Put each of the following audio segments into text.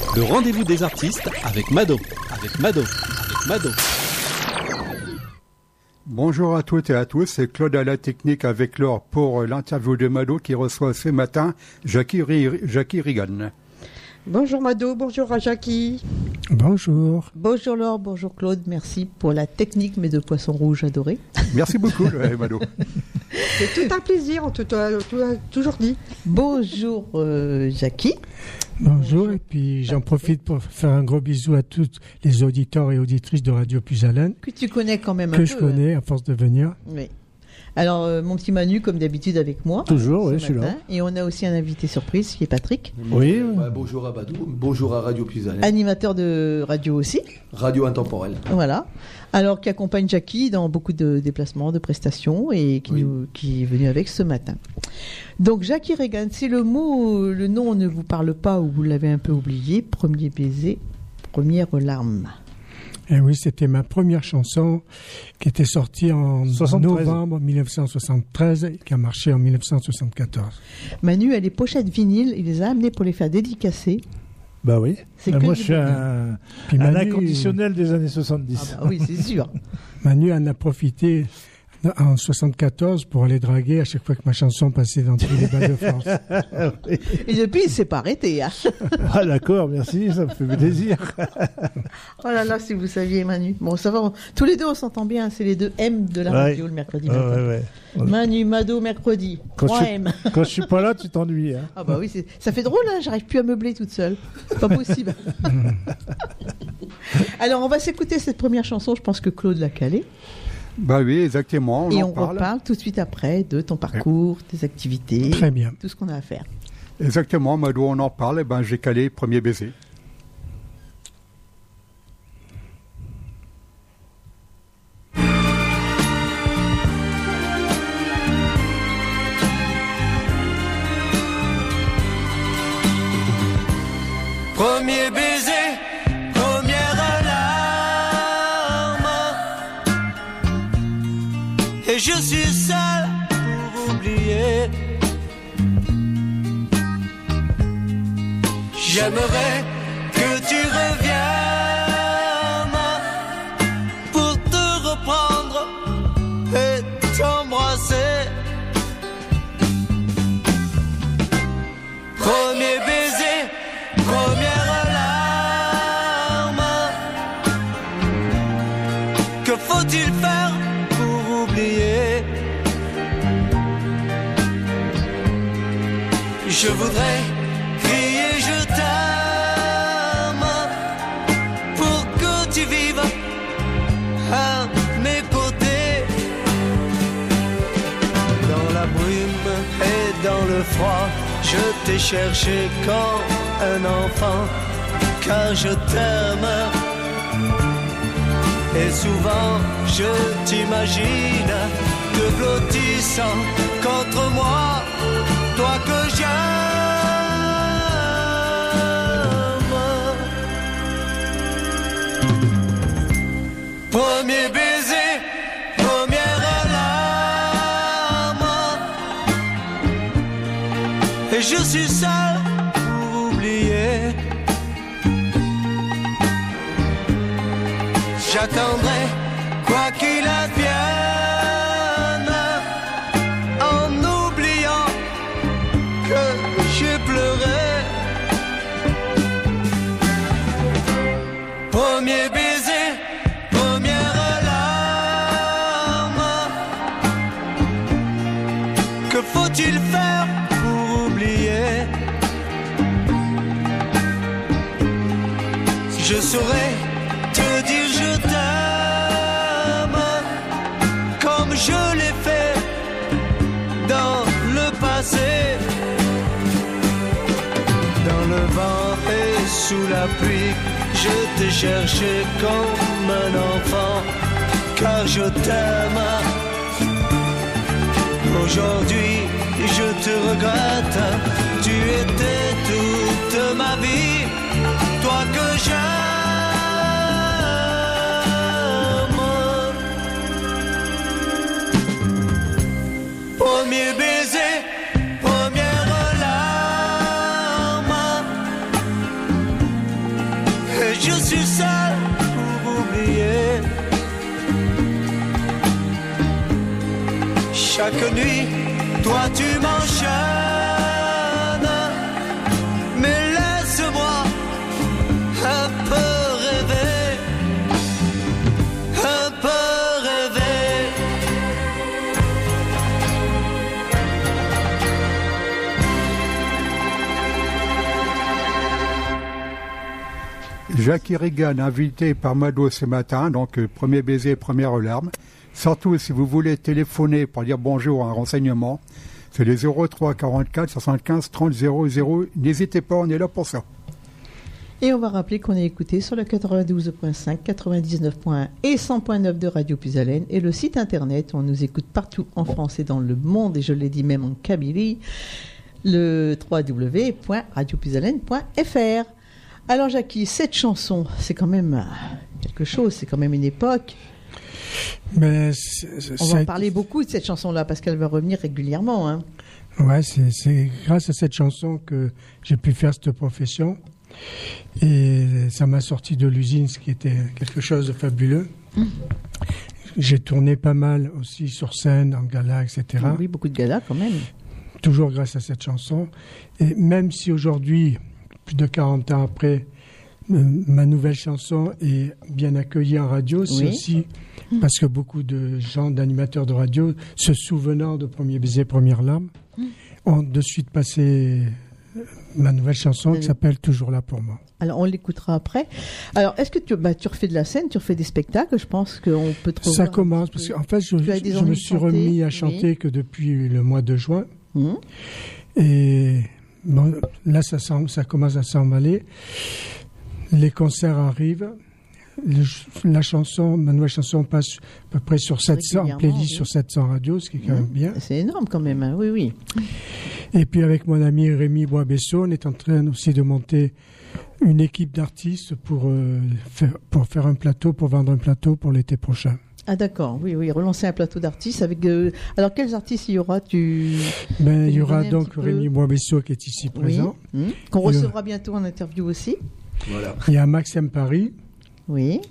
Le rendez-vous des artistes avec Mado. Bonjour à toutes et à tous, c'est Claude à la technique avec Laure pour l'interview de Mado qui reçoit ce matin Jackie Regan. Bonjour Mado, bonjour à Jackie. Bonjour. Bonjour Laure, bonjour Claude, merci pour la technique mes deux poissons rouges adorés. Merci beaucoup Mado. C'est tout un plaisir, on t'a toujours dit. Bonjour Jackie. Bonjour, et puis j'en profite pour faire un gros bisou à tous les auditeurs et auditrices de Radio Puisalène. Que tu connais quand même un peu. Que je connais à force de venir. Oui. Alors, mon petit Manu, comme d'habitude, avec moi. Toujours, oui, je suis là. Et on a aussi un invité surprise, qui est Patrick. Oui. Bonjour à Badou, bonjour à Radio Puisalène. Animateur de radio aussi. Radio intemporelle. Voilà. Alors, qui accompagne Jackie dans beaucoup de déplacements, de prestations, et qui est venu avec ce matin. Donc, Jackie Regan, si le nom ne vous parle pas ou vous l'avez un peu oublié, premier baiser, première larme. Et oui, c'était ma première chanson qui était sortie en novembre 1973 et qui a marché en 1974. Manu a les pochettes vinyles, il les a amenées pour les faire dédicacer. Bah oui. Moi, je suis un inconditionnel des années 70. Ah bah oui, c'est sûr. Manu en a profité en 74 pour aller draguer à chaque fois que ma chanson passait dans tous les bars de France. Oui. Et depuis, il ne s'est pas arrêté. Hein. Ah d'accord, merci, ça me fait plaisir. Oh là là, si vous saviez, Manu. Bon, ça va, tous les deux, on s'entend bien. C'est les deux M de la radio le mercredi matin. Ouais. Manu, Mado, mercredi. 3 M. Quand je suis pas là, tu t'ennuies. Hein. Ah bah oui, ça fait drôle, hein, j'arrive plus à meubler toute seule. C'est pas possible. Alors, on va s'écouter cette première chanson, je pense que Claude l'a calée. Bah oui, exactement. Et on reparle tout de suite après de ton parcours, tes activités. Très bien. Tout ce qu'on a à faire. Exactement, Mado, on en parle. J'ai calé premier baiser. Premier baiser. Je suis seul pour oublier. J'aimerais que tu reviennes pour te reprendre et t'embrasser. Premier baiser, première larme. Que faut-il faire pour oublier? Je voudrais crier je t'aime pour que tu vives à mes côtés. Dans la brume et dans le froid, je t'ai cherché comme un enfant, car je t'aime. Et souvent je t'imagine te blottissant contre moi, toi que j'aime. Premier baiser, première larme. Et je suis seul pour oublier. J'attendrai quoi qu'il advienne, en oubliant que j'ai pleuré. Premier baiser, première larme. Que faut-il faire pour oublier? Je saurais te dire je t'aime comme je l'ai fait dans le passé. Dans le vent et sous la pluie, je t'ai cherché comme un enfant, car je t'aime. Aujourd'hui je te regrette, tu étais toute ma vie, toi que j'aime. Premier baiser, première larme. chaque nuit, toi tu m'enchaînes. Mais laisse-moi un peu rêver, un peu rêver. Jackie Regan, invité par Mado ce matin, donc premier baiser, première larme. Surtout, si vous voulez téléphoner pour dire bonjour, un renseignement, c'est les 03 44 75 30 00. N'hésitez pas, on est là pour ça. Et on va rappeler qu'on est écouté sur le 92.5, 99.1 et 100.9 de Radio Puisalène et le site internet. On nous écoute partout en France et dans le monde, et je l'ai dit même en Kabylie, le www.radiopuisalène.fr. Alors Jackie, cette chanson, c'est quand même quelque chose, c'est quand même une époque. Mais on va en parler beaucoup de cette chanson-là parce qu'elle va revenir régulièrement. Hein. Ouais, c'est grâce à cette chanson que j'ai pu faire cette profession. Et ça m'a sorti de l'usine, ce qui était quelque chose de fabuleux. J'ai tourné pas mal aussi sur scène, en gala, etc. Oui, beaucoup de galas quand même. Toujours grâce à cette chanson. Et même si aujourd'hui, plus de 40 ans après, ma nouvelle chanson est bien accueillie en radio, c'est aussi parce que beaucoup de gens, d'animateurs de radio, se souvenant de Premier baiser, première larme, ont de suite passé ma nouvelle chanson qui s'appelle Toujours là pour moi. Alors on l'écoutera après. Alors est-ce que tu refais de la scène, tu refais des spectacles? Je pense qu'on peut te revoir. Ça commence parce qu'en fait je me suis remis à chanter que depuis le mois de juin. Et bon, là ça commence à s'emballer. Les concerts arrivent. La chanson, ma nouvelle chanson passe à peu près sur 700 playlists sur 700 radios, ce qui est quand même bien. C'est énorme quand même, hein. Oui. Et puis avec mon ami Rémi Boisbesson, on est en train aussi de monter une équipe d'artistes pour faire un plateau, pour vendre un plateau pour l'été prochain. Ah d'accord, oui, relancer un plateau d'artistes avec... Alors quels artistes il y aura il y aura donc Rémi Boisbesson qui est ici présent. Qu'on recevra bientôt en interview aussi. Voilà. Il y a Maxime Paris. Oui.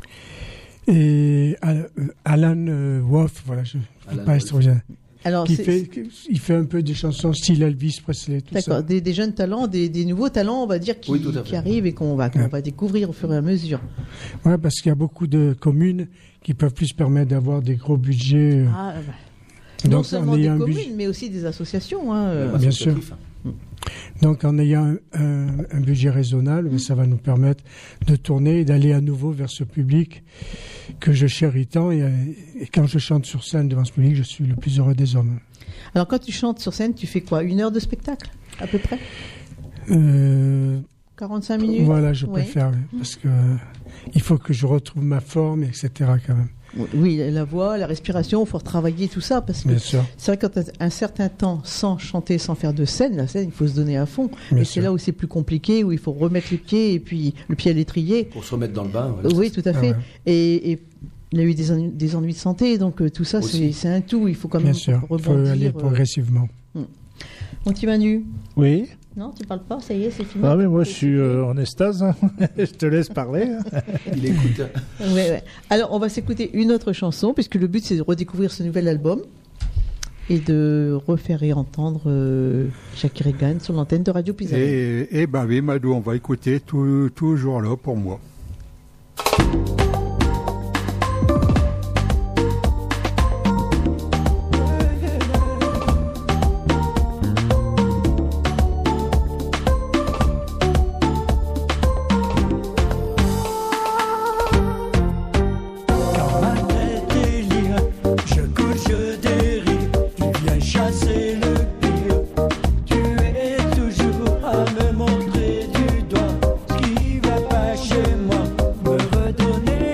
Et Alan Wolf, voilà, je ne peux pas extraordinaire. Alors, il fait un peu des chansons style Elvis Presley, tout ça. D'accord, des jeunes talents, des nouveaux talents, on va dire, qui arrivent et qu'on va découvrir au fur et à mesure. Oui, parce qu'il y a beaucoup de communes qui ne peuvent plus se permettre d'avoir des gros budgets. Non seulement des communes, mais aussi des associations. Bien sûr. Donc en ayant un budget raisonnable, ça va nous permettre de tourner et d'aller à nouveau vers ce public que je chéris tant. Et quand je chante sur scène devant ce public, je suis le plus heureux des hommes. Alors quand tu chantes sur scène, tu fais quoi? 1 heure de spectacle, à peu près 45 minutes? Voilà, je préfère, parce que il faut que je retrouve ma forme, etc. quand même. Oui, la voix, la respiration, il faut retravailler tout ça, parce que c'est vrai que quand tu as un certain temps sans chanter, sans faire de scène, la scène, il faut se donner à fond. Et c'est là où c'est plus compliqué, où il faut remettre les pieds, et puis le pied à l'étrier. Pour se remettre dans le bain. Oui, tout à fait. Et il y a eu des ennuis de santé, donc tout ça, c'est un tout. Il faut quand même rebondir. Il faut aller progressivement. Mon petit Manu? Oui. Non, tu parles pas, ça y est, c'est fini. Ah mais moi je suis en extase, je te laisse parler. Il écoute. Ouais. Alors on va s'écouter une autre chanson, puisque le but c'est de redécouvrir ce nouvel album et de refaire entendre Jackie Regan sur l'antenne de Radio Puisalène. Et ben oui, Madou, on va écouter toujours là pour moi. Montrer du doigt ce qui va pas chez moi, me redonner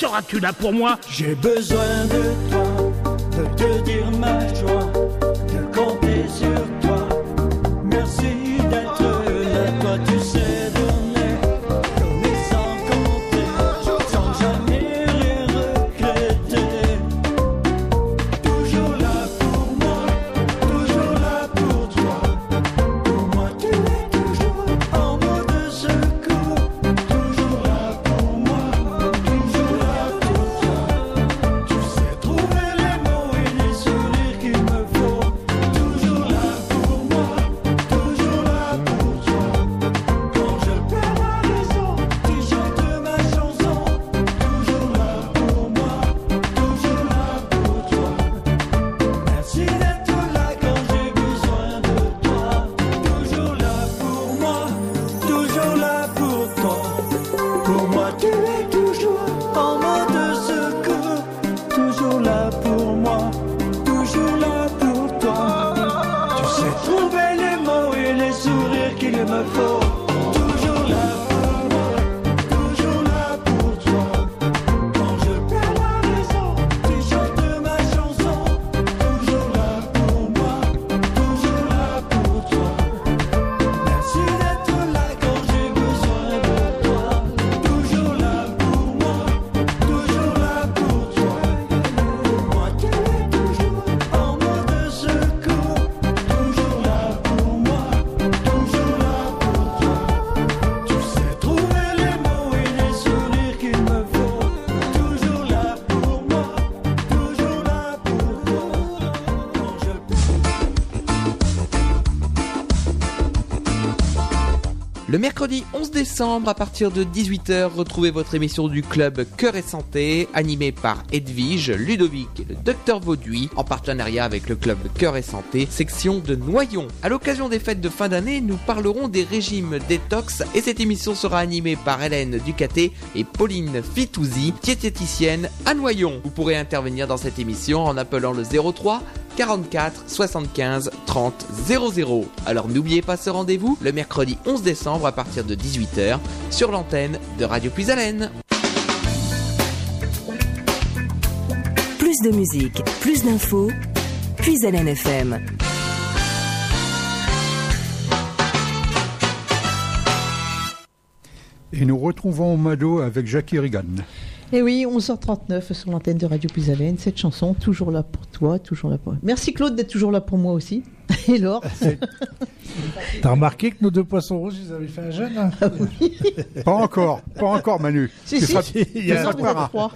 seras-tu là pour moi? J'ai besoin de toi, de te dire ma joie, de compter sur toi. Merci d'être là, toi tu sais donner sans compter, sans jamais rien regretter. Toujours là pour moi, toujours là pour toi. Pour moi tu es toujours en mode secours. Toujours là pour moi, toujours là pour toi. Tu sais trouver les mots et les sourires qu'il me faut. Toujours là pour moi, toujours là pour toi. Quand je perds la raison, tu chantes ma chanson. Toujours là pour moi, toujours là pour toi. Merci d'être là quand j'ai besoin de toi. Toujours là pour moi, toujours là pour toi. Pour moi tu es toujours en mode secours. Toujours là pour moi, toujours là pour toi. Tu sais trouver les mots et les sourires qu'il me faut. Toujours là pour moi, toujours là pour toi. Quand je perds la raison, tu chantes ma chanson. Toujours là pour moi, toujours là pour toi. Merci d'être là quand j'ai besoin de toi. Toujours là pour moi, toujours là pour toi. Pour moi tu es toujours en mode secours. Toujours là pour moi, toujours là pour toi. Tu sais trouver les mots et les sourires qu'il me faut. Toujours là pour moi, toujours là pour toi. Quand je Le mercredi 11 décembre, à partir de 18h, retrouvez votre émission du club Cœur et Santé, animée par Edwige, Ludovic et le Docteur Vauduit, en partenariat avec le club Cœur et Santé, section de Noyon. À l'occasion des fêtes de fin d'année, nous parlerons des régimes détox et cette émission sera animée par Hélène Ducaté et Pauline Fitouzzi, diététicienne à Noyon. Vous pourrez intervenir dans cette émission en appelant le 03 44 75 30 00. Alors n'oubliez pas ce rendez-vous le mercredi 11 décembre à partir de 18h sur l'antenne de Radio Puisalène. Plus de musique, plus d'infos, Puisalène FM. Et nous retrouvons Mado avec Jackie Regan. Et oui, 11h39 sur l'antenne de Radio Puisalène. Cette chanson, toujours là pour toi, toujours là pour... Merci Claude d'être toujours là pour moi aussi. Et Laure. T'as remarqué que nos deux poissons rouges, ils avaient fait un jeûne, hein? Oui. Pas encore Manu. Si, Tu si, seras- il y a tu seras trois.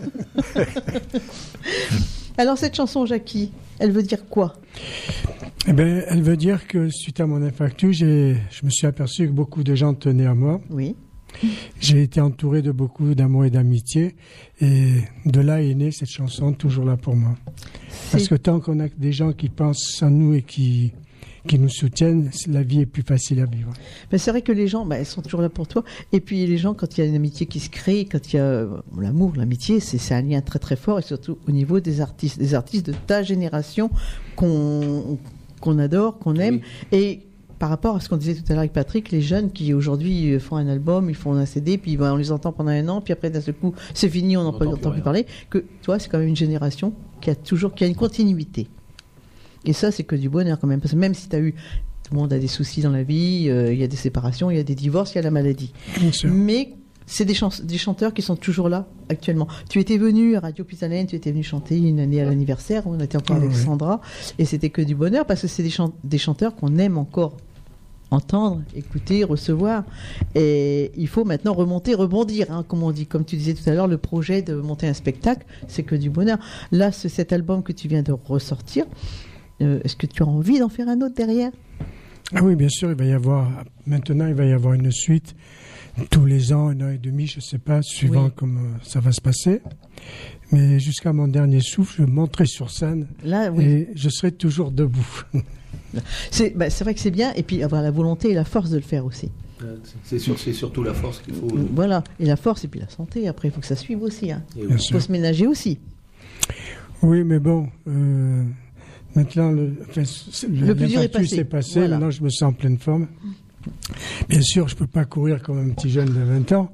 Alors cette chanson, Jackie, elle veut dire quoi? Eh bien, elle veut dire que suite à mon infarctus, je me suis aperçu que beaucoup de gens tenaient à moi. Oui. J'ai été entouré de beaucoup d'amour et d'amitié. Et de là est née cette chanson, toujours là pour moi. Parce que tant qu'on a des gens qui pensent à nous et qui nous soutiennent, la vie est plus facile à vivre. Ben, c'est vrai que les gens, elles sont toujours là pour toi. Et puis les gens, quand il y a une amitié qui se crée, quand il y a l'amour, l'amitié, c'est un lien très très fort. Et surtout au niveau des artistes de ta génération qu'on adore, qu'on aime. Oui. Et par rapport à ce qu'on disait tout à l'heure avec Patrick, les jeunes qui aujourd'hui font un album, ils font un CD, puis on les entend pendant un an, puis après d'un seul coup c'est fini, on n'entend plus parler. Que toi, c'est quand même une génération qui a une continuité. Et ça, c'est que du bonheur quand même, parce que même si tu as eu, tout le monde a des soucis dans la vie, il y a des séparations, il y a des divorces, il y a la maladie. Bien sûr. Mais c'est des chanteurs qui sont toujours là actuellement. Tu étais venu à Radio Puisalène, tu étais venu chanter une année à l'anniversaire, on était encore avec Sandra, et c'était que du bonheur parce que c'est des chanteurs qu'on aime encore entendre, écouter, recevoir. Et il faut maintenant rebondir, hein, comme on dit. Comme tu disais tout à l'heure, le projet de monter un spectacle, c'est que du bonheur. Là, cet album que tu viens de ressortir, est-ce que tu as envie d'en faire un autre derrière? Ah oui, bien sûr, il va y avoir une suite. Tous les ans, 1 an et demi, je ne sais pas, suivant comment ça va se passer. Mais jusqu'à mon dernier souffle, je monterai sur scène et je serai toujours debout. C'est vrai que c'est bien, et puis avoir la volonté et la force de le faire aussi. C'est surtout la force qu'il faut. Voilà, et la force et puis la santé, après il faut que ça suive aussi. Hein. Il faut se ménager aussi. Oui, mais bon, maintenant, le plus dur est passé. C'est passé, voilà. Maintenant je me sens en pleine forme. Bien sûr, je ne peux pas courir comme un petit jeune de 20 ans,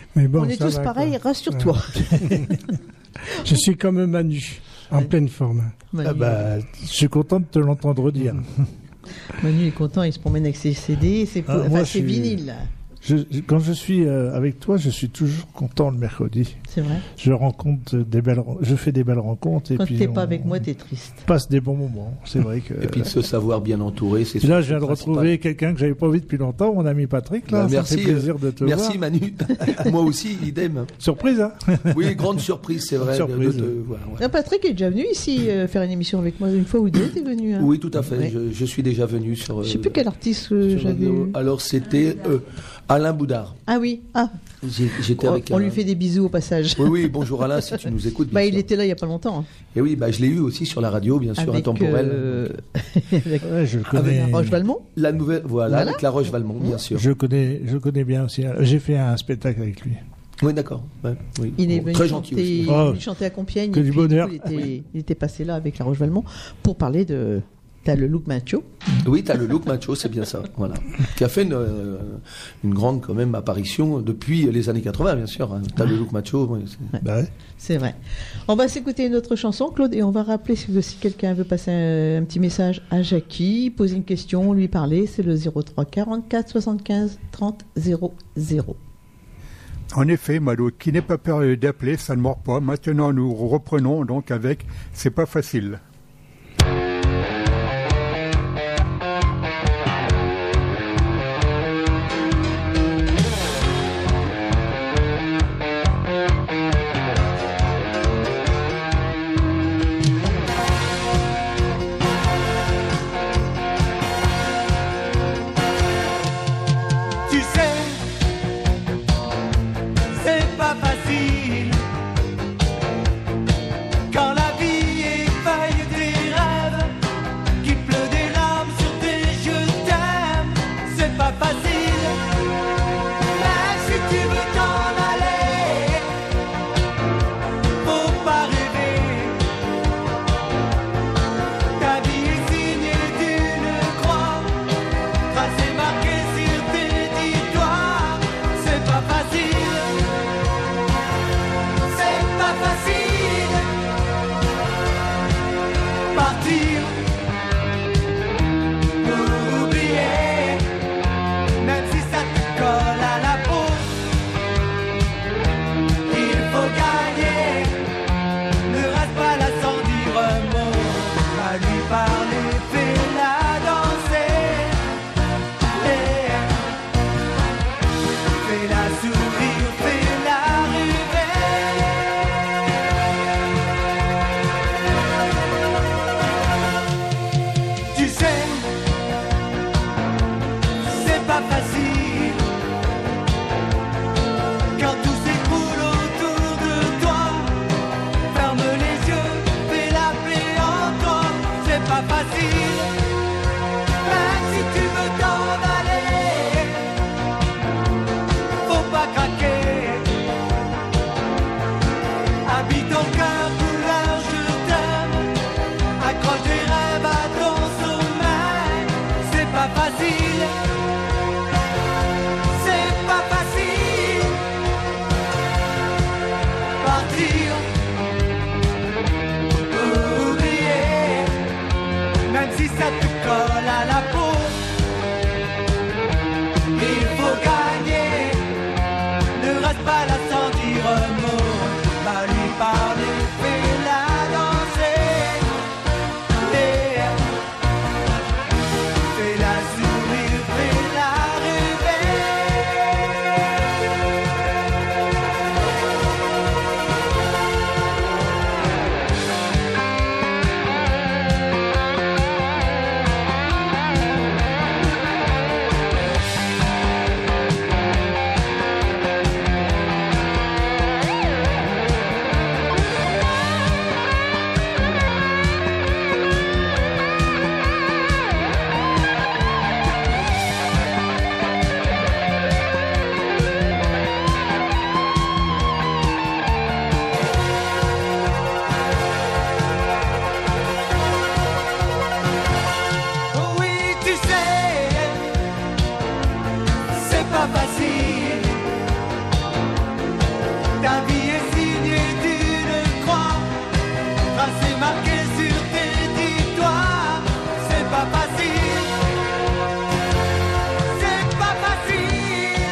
Mais bon, On est ça tous va, pareils, quoi. rassure-toi. Je suis comme Manu, en pleine forme. Manu, Ah bah, je suis content de te l'entendre dire. Manu est content, il se promène avec ses CD, moi, ses je suis- vinyles. Là. Quand je suis avec toi, je suis toujours content le mercredi. C'est vrai. Je fais des belles rencontres. Et Quand puis t'es pas avec moi, t'es triste. passe des bons moments. C'est vrai que. Et puis de se savoir bien entouré, c'est Puis là, je viens de principal. retrouver quelqu'un que j'avais pas vu depuis longtemps, mon ami Patrick. Là, Bah, ça merci, me fait plaisir de te voir. Merci Manu. Moi aussi, idem. Surprise, hein. Oui, grande surprise, c'est vrai. Surprise. Voilà, ouais. Ah, Patrick est déjà venu ici faire une émission avec moi une fois ou deux, t'es venu. Hein. Oui, tout à fait. Ouais. Je suis déjà venu sur. Je sais plus quel artiste sur j'avais radio. eu. Alors c'était Alain Boudard. Ah oui, J'étais avec on Alain. lui fait des bisous au passage. Oui, oui, bonjour Alain, si tu nous écoutes. Bah, bien il sûr. était là il y a pas longtemps. Hein. Et oui, bah, je l'ai eu aussi sur la radio, bien sûr, Avec, intemporel. avec Ouais, je le connais. Roche Valmont. La nouvelle, voilà, Voilà. avec La Roche-Valmont, bien sûr. Je connais bien aussi. J'ai fait un spectacle avec lui. Oui, d'accord. Ouais, oui. Il est Bon, venu très chanter, gentil aussi. il est venu chanter à Compiègne. Que et du puis, bonheur. coup, il était passé là avec La Roche Valmont pour parler de. T'as le look macho. Oui, t'as le look macho, c'est bien ça. Voilà. Qui a fait une grande quand même apparition depuis les années 80, bien sûr. Hein. T'as le look macho. Oui, Bah ouais. C'est vrai. On va s'écouter une autre chanson, Claude, et on va rappeler si quelqu'un veut passer un petit message à Jackie, poser une question, lui parler, c'est le 03 44 75 30 00. En effet, Malo, qui n'est pas peur d'appeler, ça ne mord pas. Maintenant, nous reprenons donc avec C'est pas facile. Tu sais, c'est pas facile quand la vie effaille tes rêves, qu'il pleut des larmes sur tes je t'aime. C'est pas facile, mais si tu veux t'en aller, faut pas rêver. Ta vie est signée d'une croix, tracée, marquée sur tes dix doigts. C'est pas facile, c'est pas facile. Partir pour oublier, même si ça te colle à la peau. Il faut gagner, ne reste pas là sans dire un mot. À lui parler, fais-la danser. Fais-la sourire, fais-la rêver. Tu sais, c'est pas facile quand tout s'écroule autour de toi. Ferme les yeux, fais la paix en toi. C'est pas facile, même si tu veux t'en aller. Faut pas craquer. Habite ton cœur couleur je t'aime. Accroche des rêves à ton sommeil. C'est pas facile. C'est pas facile. Partir. Oublier. Même si ça te colle à la peau. Il faut gagner. Ne reste pas là sans dire un mot. Va lui parler, fais-la danser. Fais-la sourire, fais-la rêver. Ta vie est signée d'une croix, tracée, marquée sur tes victoires. C'est pas facile, c'est pas facile.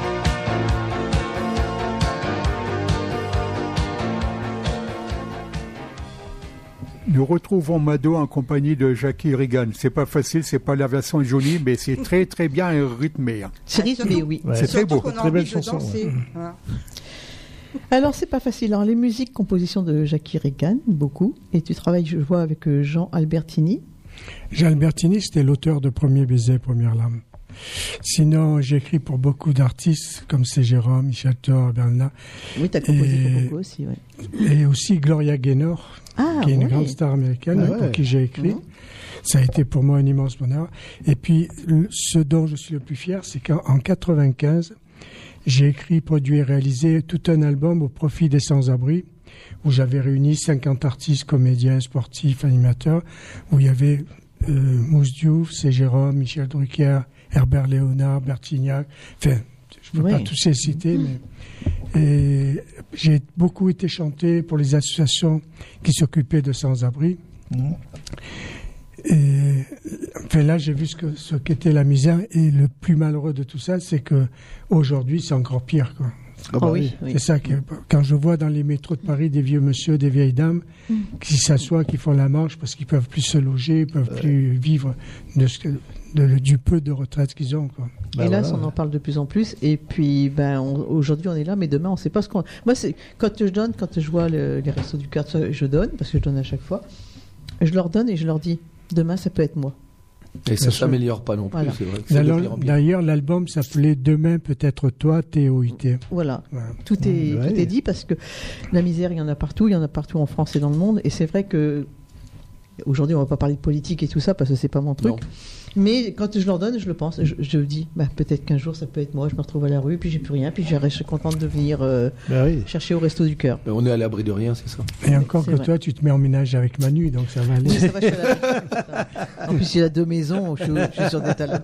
Nous retrouvons Mado en compagnie de Jackie Regan. C'est pas facile, c'est pas la version jolie, mais c'est très très bien rythmé. C'est rythmé, oui. C'est très beau. Très belle chanson. Ouais. Voilà. Alors, c'est pas facile. Alors, les musiques, compositions de Jackie Regan, beaucoup. Et tu travailles, je vois, avec Jean Albertini. Jean Albertini, c'était l'auteur de Premier baiser, première lame. Sinon, j'ai écrit pour beaucoup d'artistes, comme c'est Jérôme, Michel Thor, Bernard. Oui, tu as composé pour beaucoup aussi, oui. Et aussi Gloria Gaynor, qui est une grande star américaine, pour qui j'ai écrit. Ça a été pour moi un immense bonheur. Et puis, ce dont je suis le plus fier, c'est qu'en 95, j'ai écrit, produit et réalisé tout un album au profit des sans-abri, où j'avais réuni 50 artistes, comédiens, sportifs, animateurs, où il y avait Mousse Diouf, c'est Jérôme, Michel Drucker, Herbert Léonard, Bertignac, enfin, je ne peux pas tous les citer, mais et j'ai beaucoup été chanté pour les associations qui s'occupaient de sans-abri. Et enfin, là, j'ai vu ce qu'était la misère, et le plus malheureux de tout ça, c'est que aujourd'hui, c'est encore pire, quoi. Oui. C'est ça que, quand je vois dans les métros de Paris des vieux monsieur, des vieilles dames qui s'assoient, qui font la marche parce qu'ils peuvent plus se loger, ils peuvent plus vivre du peu de retraite qu'ils ont, quoi. Hélas, on en parle de plus en plus. Et puis, aujourd'hui, on est là, mais demain, on ne sait pas ce qu'on. Moi, c'est quand je vois les Restos du Cœur, je donne parce que je donne à chaque fois. Je leur donne et je leur dis, demain, ça peut être moi. Et ça ne s'améliore pas non plus, c'est vrai. D'ailleurs, l'album s'appelait Demain peut-être toi, TOIT. Voilà. Tout est dit parce que la misère, il y en a partout en France et dans le monde. Et c'est vrai que aujourd'hui, on ne va pas parler de politique et tout ça parce que c'est pas mon truc. Non. Mais quand je leur donne, je le pense. Je dis, peut-être qu'un jour, ça peut être moi. Je me retrouve à la rue, puis j'ai plus rien, puis je suis contente de venir chercher au Resto du Cœur. On est à l'abri de rien, c'est ça. Et encore que toi, tu te mets en ménage avec Manu, donc ça va aller. Oui, ça va, je suis à la... En plus, il a 2 maisons, je suis sur des talents.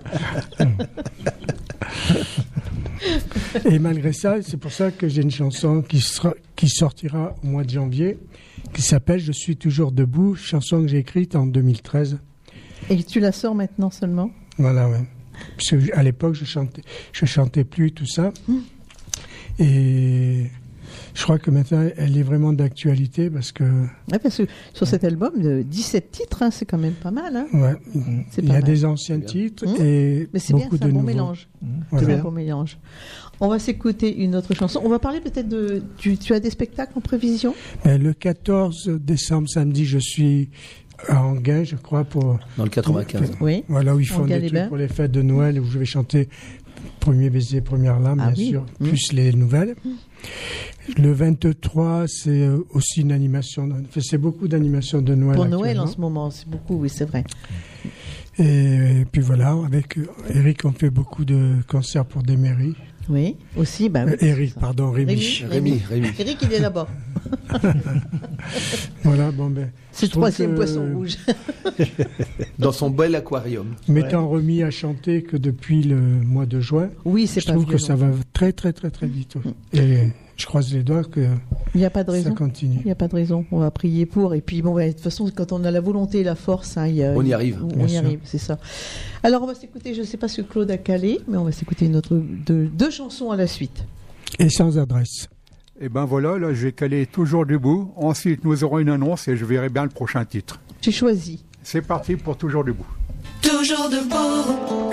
Et malgré ça, c'est pour ça que j'ai une chanson qui sortira au mois de janvier, qui s'appelle Je suis toujours debout, chanson que j'ai écrite en 2013. Et tu la sors maintenant seulement ? Voilà, oui. Parce qu'à l'époque, je chantais plus tout ça. Et je crois que maintenant, elle est vraiment d'actualité parce que... Ouais, parce que sur cet album, 17 titres, c'est quand même pas mal. Hein. Ouais. Il y a des anciens titres et mais c'est beaucoup bien, de nouveaux. Bon mélange. Voilà. C'est un bon mélange. On va s'écouter une autre chanson. On va parler peut-être de... Tu as des spectacles en prévision ? Le 14 décembre, samedi, je suis... à Enghien, je crois, dans le 95. Oui. Voilà, où ils font des trucs pour les fêtes de Noël, où je vais chanter Premier baiser, première lame, bien sûr, plus les nouvelles. Le 23, c'est aussi une animation. C'est beaucoup d'animations de Noël. Pour Noël en ce moment, c'est beaucoup, oui, c'est vrai. Et puis voilà, avec Eric, on fait beaucoup de concerts pour des mairies. Oui, aussi. Eric, pardon, Rémi. Eric, il est là-bas. Voilà, c'est le 3e poisson rouge. Dans son bel aquarium. M'étant remis à chanter que depuis le mois de juin, je trouve que ça va très très très très vite. Et je croise les doigts que il n'y a pas de raison. Ça continue. Il n'y a pas de raison. On va prier pour. Et puis de toute façon, quand on a la volonté et la force, on y arrive. On y arrive, c'est ça. Alors on va s'écouter, je ne sais pas ce que Claude a calé, mais on va s'écouter deux chansons à la suite. Et sans adresse. Et voilà, là j'ai calé Toujours debout. Ensuite nous aurons une annonce et je verrai bien le prochain titre. J'ai choisi. C'est parti pour Toujours debout. Toujours debout.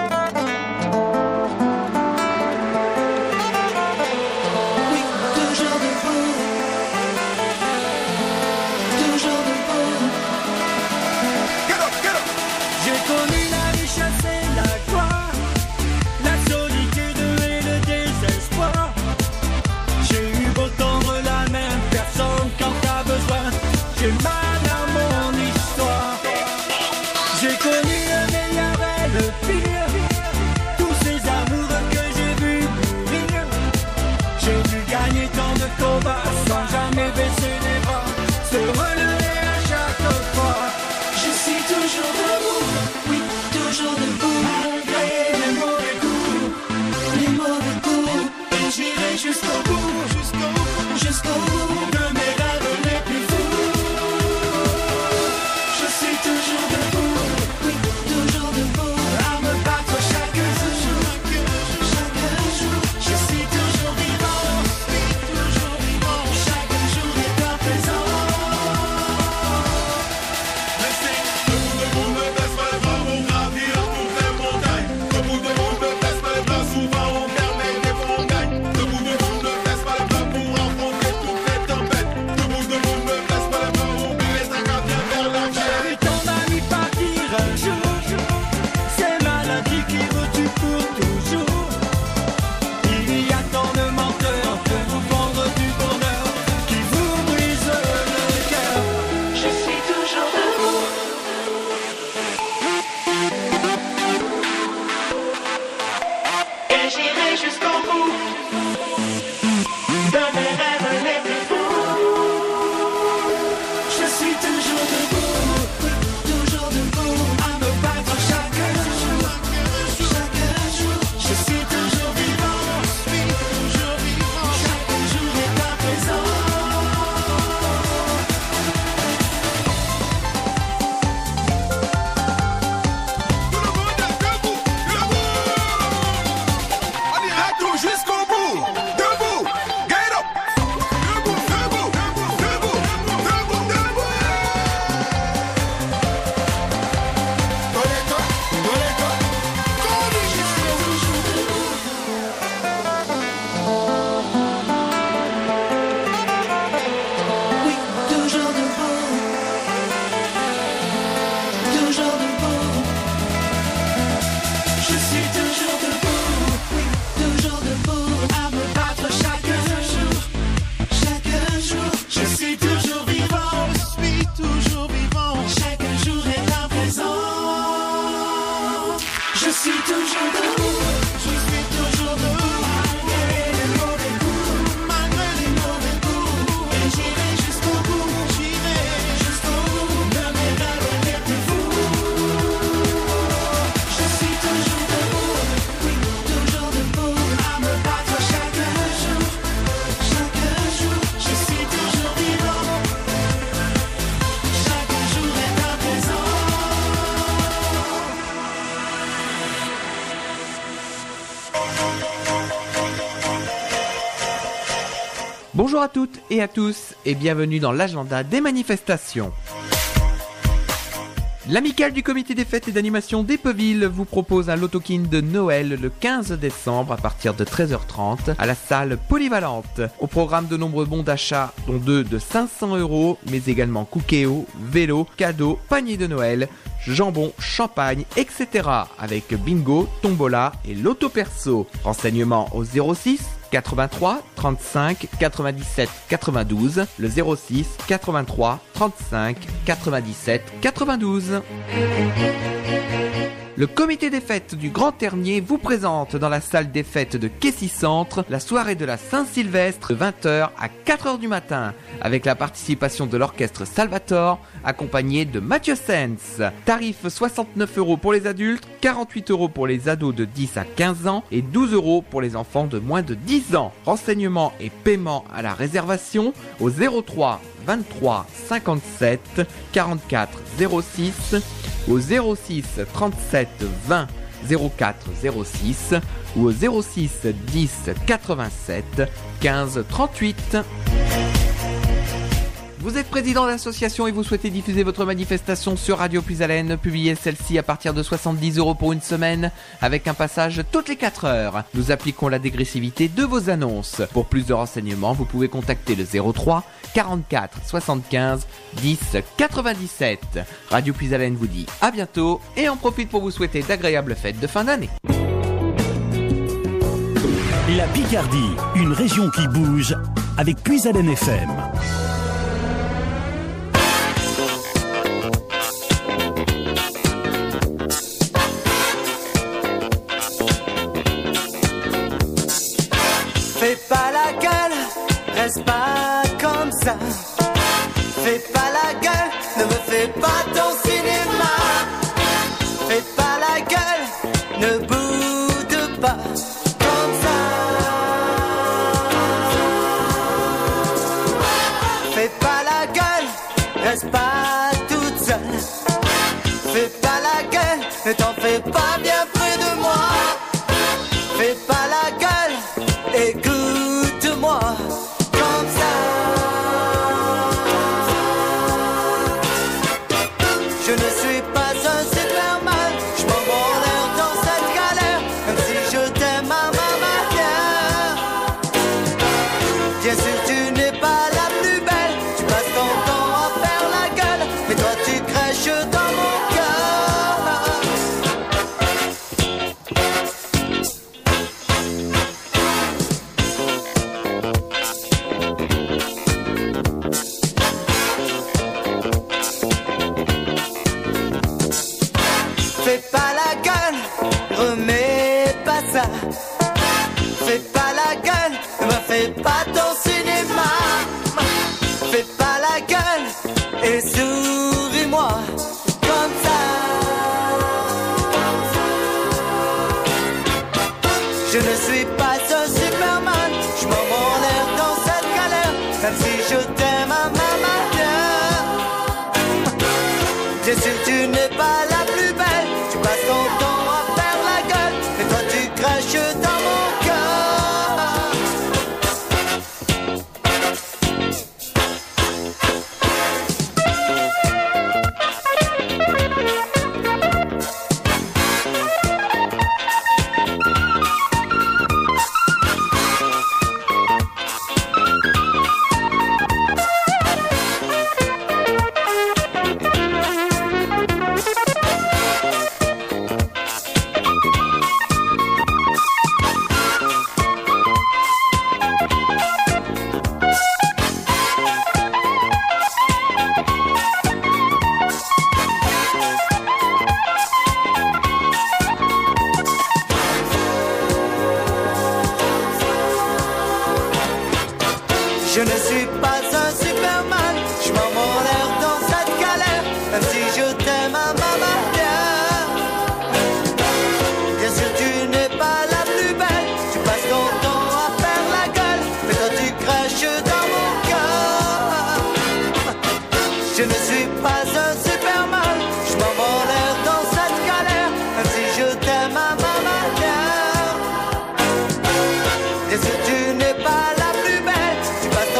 Sans jamais baisser les bras, se relever à chaque fois. Je suis toujours debout, oui, toujours debout. Malgré les mauvais coups, et j'irai jusqu'au bout, Bonjour à toutes et à tous et bienvenue dans l'agenda des manifestations. L'amicale du comité des fêtes et d'animation d'Eppeville vous propose un loto-kin de Noël le 15 décembre à partir de 13h30 à la salle polyvalente. Au programme de nombreux bons d'achat, dont 2 de 500 €, mais également Cookéo, vélo, cadeaux, panier de Noël, jambon, champagne, etc. avec bingo, tombola et loto perso. Renseignements au 06 83 35 97 92, le 06 83 35 97 92. Le comité des fêtes du Grand Ternier vous présente dans la salle des fêtes de Kessy Centre la soirée de la Saint-Sylvestre de 20h à 4h du matin avec la participation de l'orchestre Salvatore accompagné de Mathieu Sens. Tarif 69 € pour les adultes, 48 € pour les ados de 10 à 15 ans et 12 € pour les enfants de moins de 10 ans. Renseignements et paiement à la réservation au 03 23 57 44 06 au 06 37 20 04 06 ou au 06 10 87 15 38. Vous êtes président d'association et vous souhaitez diffuser votre manifestation sur Radio Puisalène, publiez celle-ci à partir de 70 € pour une semaine, avec un passage toutes les 4 heures. Nous appliquons la dégressivité de vos annonces. Pour plus de renseignements, vous pouvez contacter le 03 44 75 10 97. Radio Puisalène vous dit à bientôt et en profite pour vous souhaiter d'agréables fêtes de fin d'année. La Picardie, une région qui bouge, avec Puisalène FM. Fais pas la gueule, reste pas comme ça. Fais pas la gueule, ne me fais pas ton cinéma. Fais pas la gueule, ne boude pas comme ça. Fais pas la gueule, reste pas toute seule. Fais pas la gueule, ne t'en fais pas bien près de moi. Fais pas la gueule, écoute-moi comme ça. Je ne suis pas un Superman, je m'en branle dans cette galère, même si je t'aime à ma manière. Bien sûr tu n'es pas la plus belle, tu passes ton temps à faire la gueule, mais toi tu crèches dans mon cœur. Fais pas la gueule, remets pas ça. Fais pas la gueule, ne me fais pas ton cinéma. Fais pas la gueule et souris-moi comme ça. Je ne suis pas un Superman, je m'en l'air dans cette galère, même si je t'aime à ma manière. Bien sûr tu n'es pas la plus belle, tu passes ton temps à faire la gueule, mais toi tu craches dans mon cœur. Je ne suis pas un Superman, je m'en l'air dans cette galère, même si je t'aime à ma manière. Bien sûr tu n'es pas la plus belle, tu passes ton temps à faire la gueule, mais toi tu crèches dans mon cœur. Je ne suis pas un Superman, je m'en l'air dans cette galère, même si je t'aime à ma manière. Bien sûr tu n'es pas la plus belle, tu passes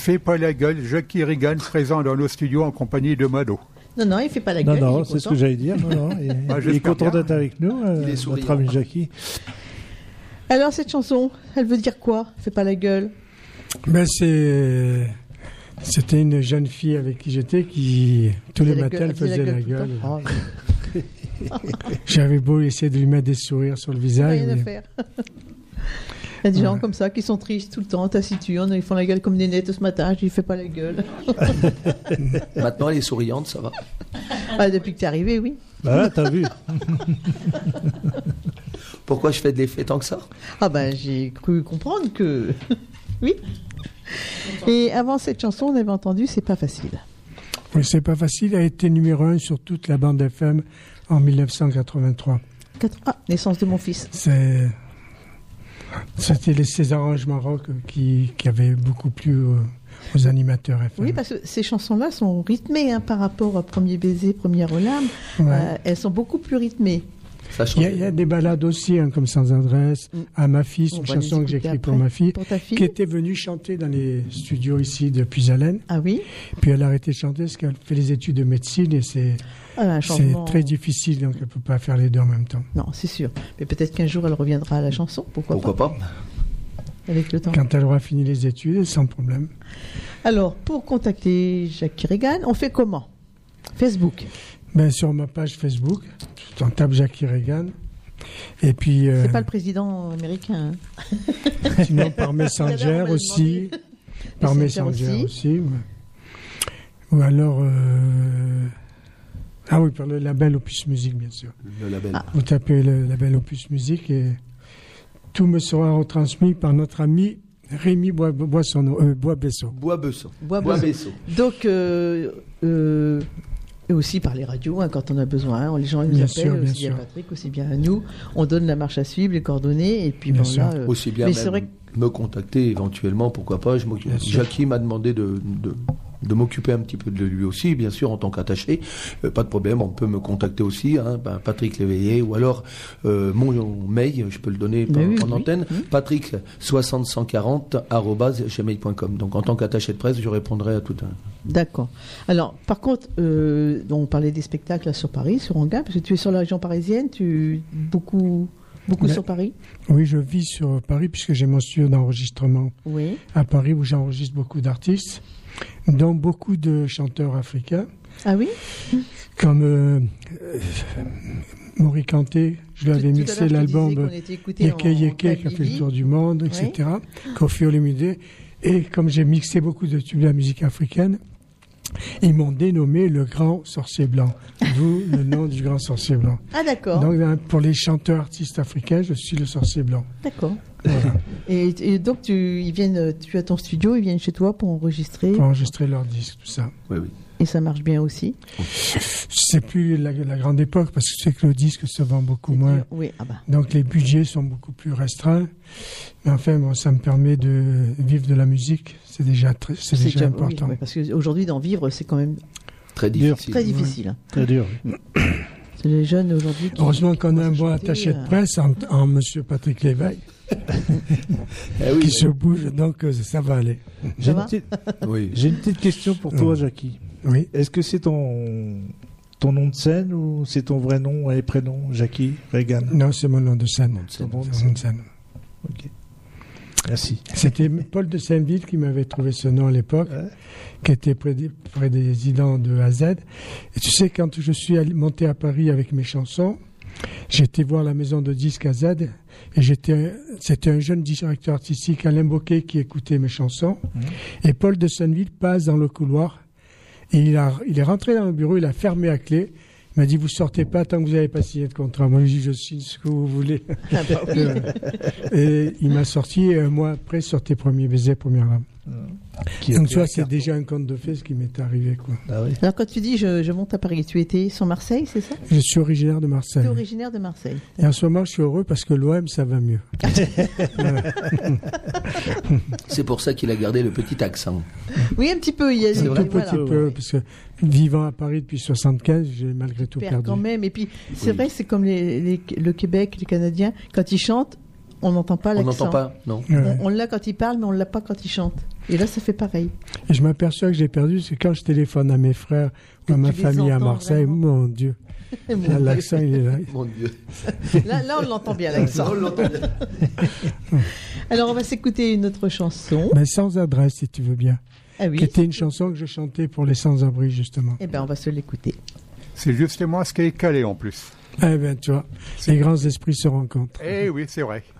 fait pas la gueule. Jackie Regan présent dans nos studios en compagnie de Mado. Non, il fait pas la gueule. Non, c'est ce que j'allais dire. Il est content d'être avec nous, notre ami Jackie. Alors, cette chanson, elle veut dire quoi? Fais pas la gueule. Ben, c'était une jeune fille avec qui j'étais qui, tous les matins, elle faisait la gueule. J'avais beau essayer de lui mettre des sourires sur le visage. Rien à faire. Il y a des gens comme ça qui sont tristes tout le temps, taciturnes, ils font la gueule comme des nettes ce matin, je lui fais pas la gueule. Maintenant, elle est souriante, ça va. Depuis que tu es arrivé, oui. Bah là, t'as vu. Pourquoi je fais de l'effet tant que ça? J'ai cru comprendre que... Oui. Et avant cette chanson, on avait entendu C'est pas facile. Oui, C'est pas facile a été numéro 1 sur toute la bande FM en 1983. Naissance de mon fils. C'était ces arrangements rock qui avaient beaucoup plu aux animateurs FM. Oui, parce que ces chansons-là sont rythmées par rapport à Premier baiser, Première larme. Ouais. Elles sont beaucoup plus rythmées. Il y a des ballades aussi, comme Sans adresse, à ma fille, une chanson que j'ai écrite pour ma fille, qui était venue chanter dans les studios ici de Puisalène. Ah oui. Puis elle a arrêté de chanter parce qu'elle fait les études de médecine et c'est très difficile, donc elle ne peut pas faire les deux en même temps. Non, c'est sûr. Mais peut-être qu'un jour elle reviendra à la chanson, pourquoi pas. Avec le temps. Quand elle aura fini les études, sans problème. Alors, pour contacter Jackie Regan, on fait comment? Facebook. Sur ma page Facebook, on tape Jackie Regan. Et puis. C'est pas le président américain. Sinon par Messenger aussi. Par Messenger aussi. Ou alors. Ah oui, par le label Opus Musique, bien sûr. Le label. Vous tapez le label Opus Musique et tout me sera retransmis par notre ami Rémi Boisbesson. Donc. Et aussi par les radios, quand on a besoin. Les gens nous appellent, aussi bien Patrick, aussi bien à nous. On donne la marche à suivre, les coordonnées, et puis aussi bien me contacter éventuellement, pourquoi pas. Jackie m'a demandé de m'occuper un petit peu de lui aussi, bien sûr, en tant qu'attaché. Pas de problème, on peut me contacter aussi, Patrick Léveillé, ou alors mon mail, je peux le donner en antenne, patrick60140@gmail.com. Donc en tant qu'attaché de presse, je répondrai à tout un... D'accord. Alors, par contre, on parlait des spectacles là, sur Paris, sur Anguin, parce que tu es sur la région parisienne, beaucoup sur Paris? Oui, je vis sur Paris, puisque j'ai mon studio d'enregistrement à Paris, où j'enregistre beaucoup d'artistes, dont beaucoup de chanteurs africains. Ah oui? Comme Mori Kanté, je lui avais mixé l'album Yeke Yeke, qui a fait le tour du monde, etc. Kofi Olomide. Et comme j'ai mixé beaucoup de tubes de la musique africaine, ils m'ont dénommé le grand sorcier blanc, d'où le nom du grand sorcier blanc. Ah d'accord. Donc pour les chanteurs artistes africains, je suis le sorcier blanc. D'accord. Voilà. Et donc tu as ton studio, ils viennent chez toi pour enregistrer. Pour enregistrer leurs disques, tout ça. Oui. Et ça marche bien aussi. C'est plus la grande époque parce que c'est que le disque se vend beaucoup moins. Oui, Donc les budgets sont beaucoup plus restreints. Mais enfin, ça me permet de vivre de la musique. C'est déjà important. Oui, parce qu'aujourd'hui, d'en vivre, c'est quand même très difficile. Très difficile. Très dur. C'est les jeunes aujourd'hui. Heureusement qu'on a un bon attaché de presse en Monsieur Patrick Léveil. Qui se bouge, donc ça va aller. J'ai une petite question pour toi, Jackie. Oui. Est-ce que c'est ton nom de scène ou c'est ton vrai nom et prénom, Jackie Regan? Non, c'est mon nom de scène. Nom de scène. Ok. Merci. C'était Paul de Saint-Ville qui m'avait trouvé ce nom à l'époque, qui était président de AZ. Et tu sais, quand je suis monté à Paris avec mes chansons, j'étais voir la maison de disques AZ et c'était un jeune directeur artistique, Alain Bocquet, qui écoutait mes chansons. Et Paul de Saint-Ville passe dans le couloir et il est rentré dans le bureau, il a fermé à clé. Il m'a dit, vous sortez pas tant que vous n'avez pas signé de contrat. Moi, je dis, je signe ce que vous voulez. Et il m'a sorti, un mois après, sorti Premier baiser, Première larme. Donc, tu vois, c'est déjà un conte de fait ce qui m'est arrivé, quoi. Ah oui. Alors, quand tu dis, je monte à Paris, tu étais sur Marseille, c'est ça? Je suis originaire de Marseille. Tu es originaire de Marseille. Et en ce moment, je suis heureux parce que l'OM, ça va mieux. C'est pour ça qu'il a gardé le petit accent. Oui, un petit peu. Il y a un tout petit peu, parce que vivant à Paris depuis 1975, j'ai malgré tout perdu. Quand même. Et puis, c'est vrai, c'est comme le Québec, les Canadiens, quand ils chantent, on n'entend pas l'accent. On n'entend pas, non. On l'a quand il parle, mais on l'a pas quand il chante. Et là, ça fait pareil. Et je m'aperçois que j'ai perdu, c'est quand je téléphone à mes frères ou à ma famille à Marseille. Vraiment. Mon Dieu. Là, l'accent, il est là. Mon Dieu. Là, on l'entend bien, l'accent. On l'entend bien. Alors, on va s'écouter une autre chanson. Mais Sans adresse, si tu veux bien. Ah oui. Qui était une chanson que je chantais pour les sans-abri, justement. Eh bien, on va se l'écouter. C'est justement ce qui est calé en plus. Eh bien, tu vois, les grands esprits se rencontrent. Eh oui, c'est vrai.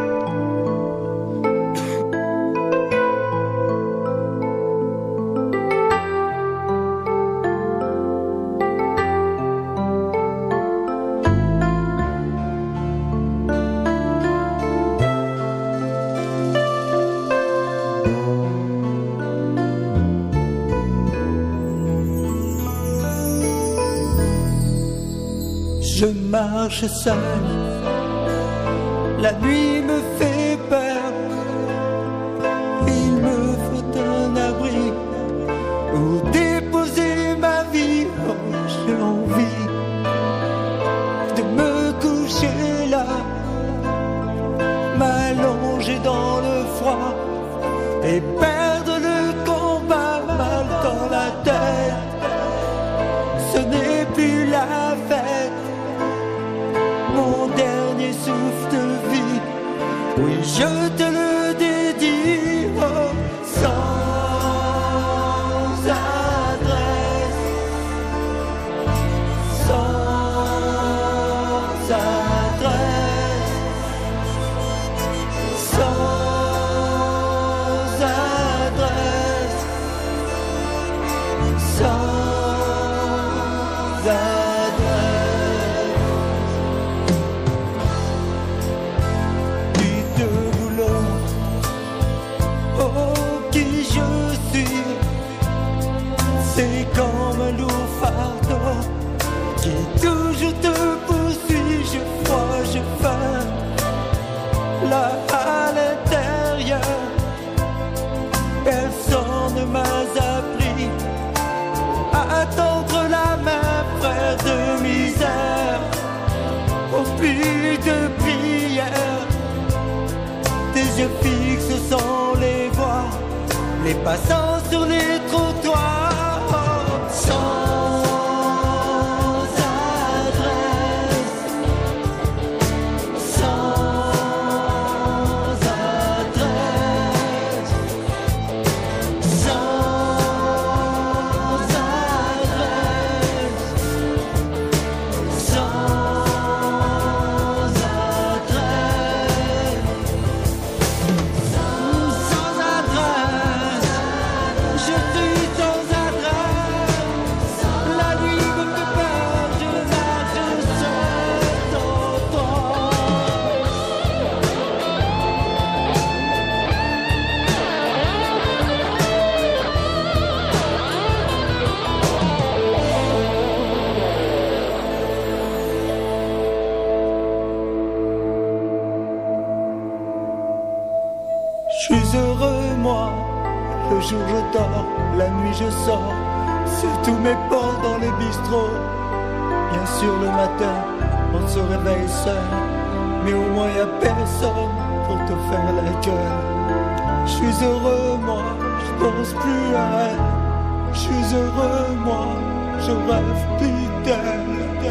Je marche seul, la nuit me fait peur. Il me faut un abri où déposer ma vie. Oh, j'ai envie de me coucher là, m'allonger dans le froid et perdre le combat mal dans la tête. Ce n'est plus la fête, mon dernier souffle de vie. Oui, je te le dédie, oh, sans adresse, sans adresse, sans adresse, sans c'est comme un lourd fardeau qui toujours te poursuit. J'ai froid, j'ai faim, là à l'intérieur, personne ne m'a appris à attendre la main, frère de misère. Au plus de prières, tes yeux fixes sont les voies, les passants sur les trottoirs. Je suis heureux, moi, le jour je dors, la nuit je sors, c'est tous mes potes dans les bistrots. Bien sûr le matin, on se réveille seul, mais au moins y a personne pour te faire la gueule. Je suis heureux, moi, je pense plus à elle. Je suis heureux, moi, je rêve plus d'elle.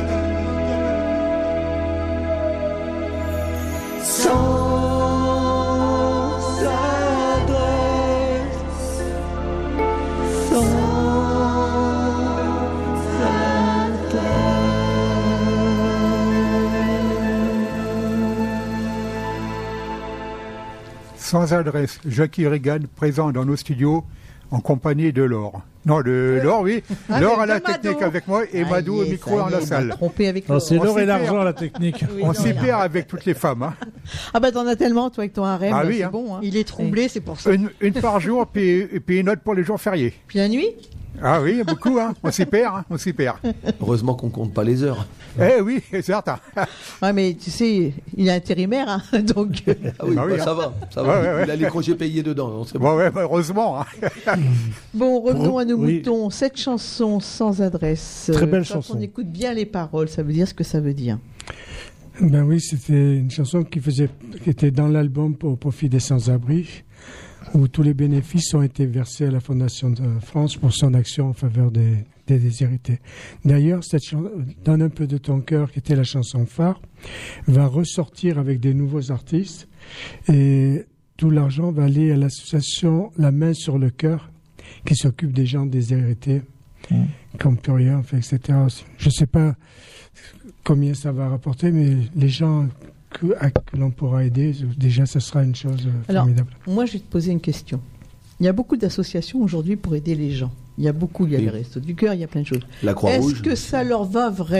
Sans adresse, Jackie Regan présent dans nos studios en compagnie de Laure. Non, de Laure, oui. Laure à la technique avec moi et Madou au micro dans la salle. Avec c'est Laure et l'argent à la technique. Oui, on s'y perd avec toutes les femmes. Hein. Ah bah t'en as tellement, toi, avec ton harem, ah, oui, c'est hein. bon. Hein. Il est troublé, c'est pour ça. Une par jour, puis une autre pour les jours fériés. Puis la nuit ? Ah oui, beaucoup, hein. On s'y perd, hein. On s'y perd. Heureusement qu'on compte pas les heures. Eh oui, c'est certain. Ouais, mais tu sais, il est intérimaire, hein, donc... Ah oui, bah oui, ça va, ça va. Ouais, il a les congés payés dedans. C'est bon. Ouais, heureusement. Hein. Bon, revenons à nos moutons. Cette chanson Sans adresse. Très belle quand chanson. on écoute bien les paroles, ça veut dire ce que ça veut dire. Ben oui, c'était une chanson qui était dans l'album au profit des sans-abri, où tous les bénéfices ont été versés à la Fondation de France pour son action en faveur des déshérités. D'ailleurs, cette chanson, Donne un peu de ton cœur, qui était la chanson phare, va ressortir avec des nouveaux artistes, et tout l'argent va aller à l'association La Main sur le Cœur, qui s'occupe des gens déshérités, comme Purien, etc. Je ne sais pas combien ça va rapporter, mais les gens que l'on pourra aider, déjà, ce sera une chose formidable. Alors, moi, je vais te poser une question. Il y a beaucoup d'associations aujourd'hui pour aider les gens. Il y a les Restos du Cœur, il y a plein de choses. La Croix-Rouge. Est-ce que ça leur va vraiment ?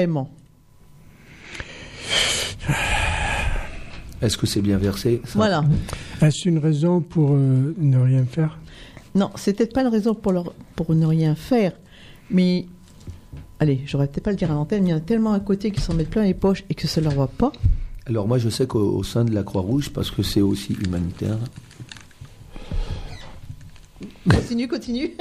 Est-ce que c'est bien versé, ça ? Voilà. Est-ce une raison pour ne rien faire ? Non, c'est peut-être pas une raison pour ne rien faire, mais allez, j'aurais peut-être pas à le dire à l'antenne, mais il y en a tellement à côté qui s'en mettent plein les poches et que ça leur va pas. Alors moi, je sais qu'au sein de la Croix-Rouge, parce que c'est aussi humanitaire. Continue.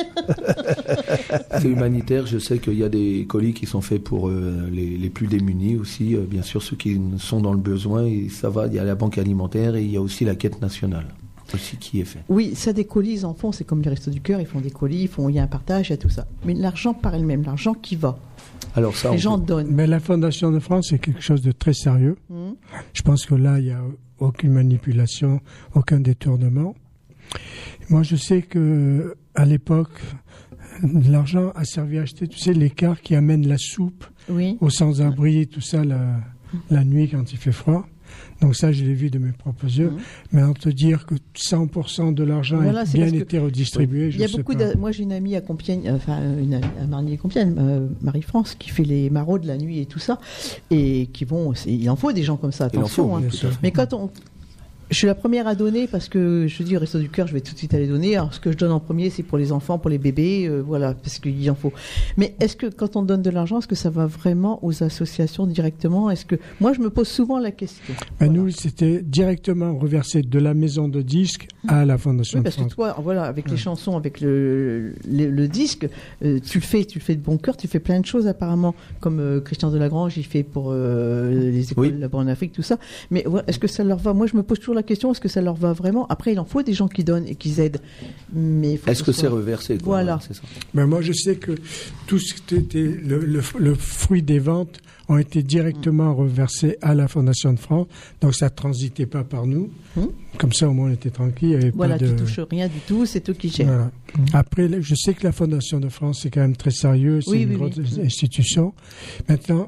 C'est humanitaire, je sais qu'il y a des colis qui sont faits pour les plus démunis aussi, bien sûr ceux qui sont dans le besoin, et ça va, il y a la banque alimentaire et il y a aussi la quête nationale aussi qui est fait. Oui, ça des colis, ils en font, c'est comme les Restos du Cœur, ils font des colis, il y a un partage, il y a tout ça. Mais l'argent par elle-même, l'argent qui va, alors ça, les gens donnent. Mais la Fondation de France, c'est quelque chose de très sérieux. Je pense que là, il n'y a aucune manipulation, aucun détournement. Moi, je sais que à l'époque, l'argent a servi à acheter, tu sais, les cars qui amènent la soupe aux sans-abri, tout ça, la nuit quand il fait froid. Donc ça, je l'ai vu de mes propres yeux. Mais en te dire que 100% de l'argent a bien été redistribué, je ne sais pas. Moi, j'ai une amie à Compiègne, à Marigny-Compiègne, Marie-France, qui fait les maraudes la nuit et tout ça, et qui vont. Il en faut des gens comme ça, attention. Mais quand je suis la première à donner parce que je dis au Resto du Cœur, je vais tout de suite aller donner. Alors ce que je donne en premier, c'est pour les enfants, pour les bébés, voilà, parce qu'il en faut. Mais est-ce que quand on donne de l'argent, est-ce que ça va vraiment aux associations directement ? Est-ce que moi, je me pose souvent la question. Ben nous, c'était directement reversé de la maison de disques à la Fondation de France. Parce que toi, voilà, avec les chansons, avec le disque, tu le fais de bon cœur, tu fais plein de choses apparemment, comme Christian Delagrange, il fait pour les écoles là-bas en Afrique, tout ça. Mais est-ce que ça leur va ? Moi, je me pose toujours la question, est-ce que ça leur va vraiment ? Après, il en faut des gens qui donnent et qui aident. Mais est-ce que c'est reversé, quoi ? Voilà. C'est ça. Ben moi, je sais que tout ce qui était le fruit des ventes ont été directement reversés à la Fondation de France. Donc, ça ne transitait pas par nous. Comme ça, au moins, on était tranquille. Voilà, tu ne touches rien du tout, c'est eux qui gèrent. Voilà. Après, je sais que la Fondation de France, c'est quand même très sérieux. C'est une grosse institution. Maintenant,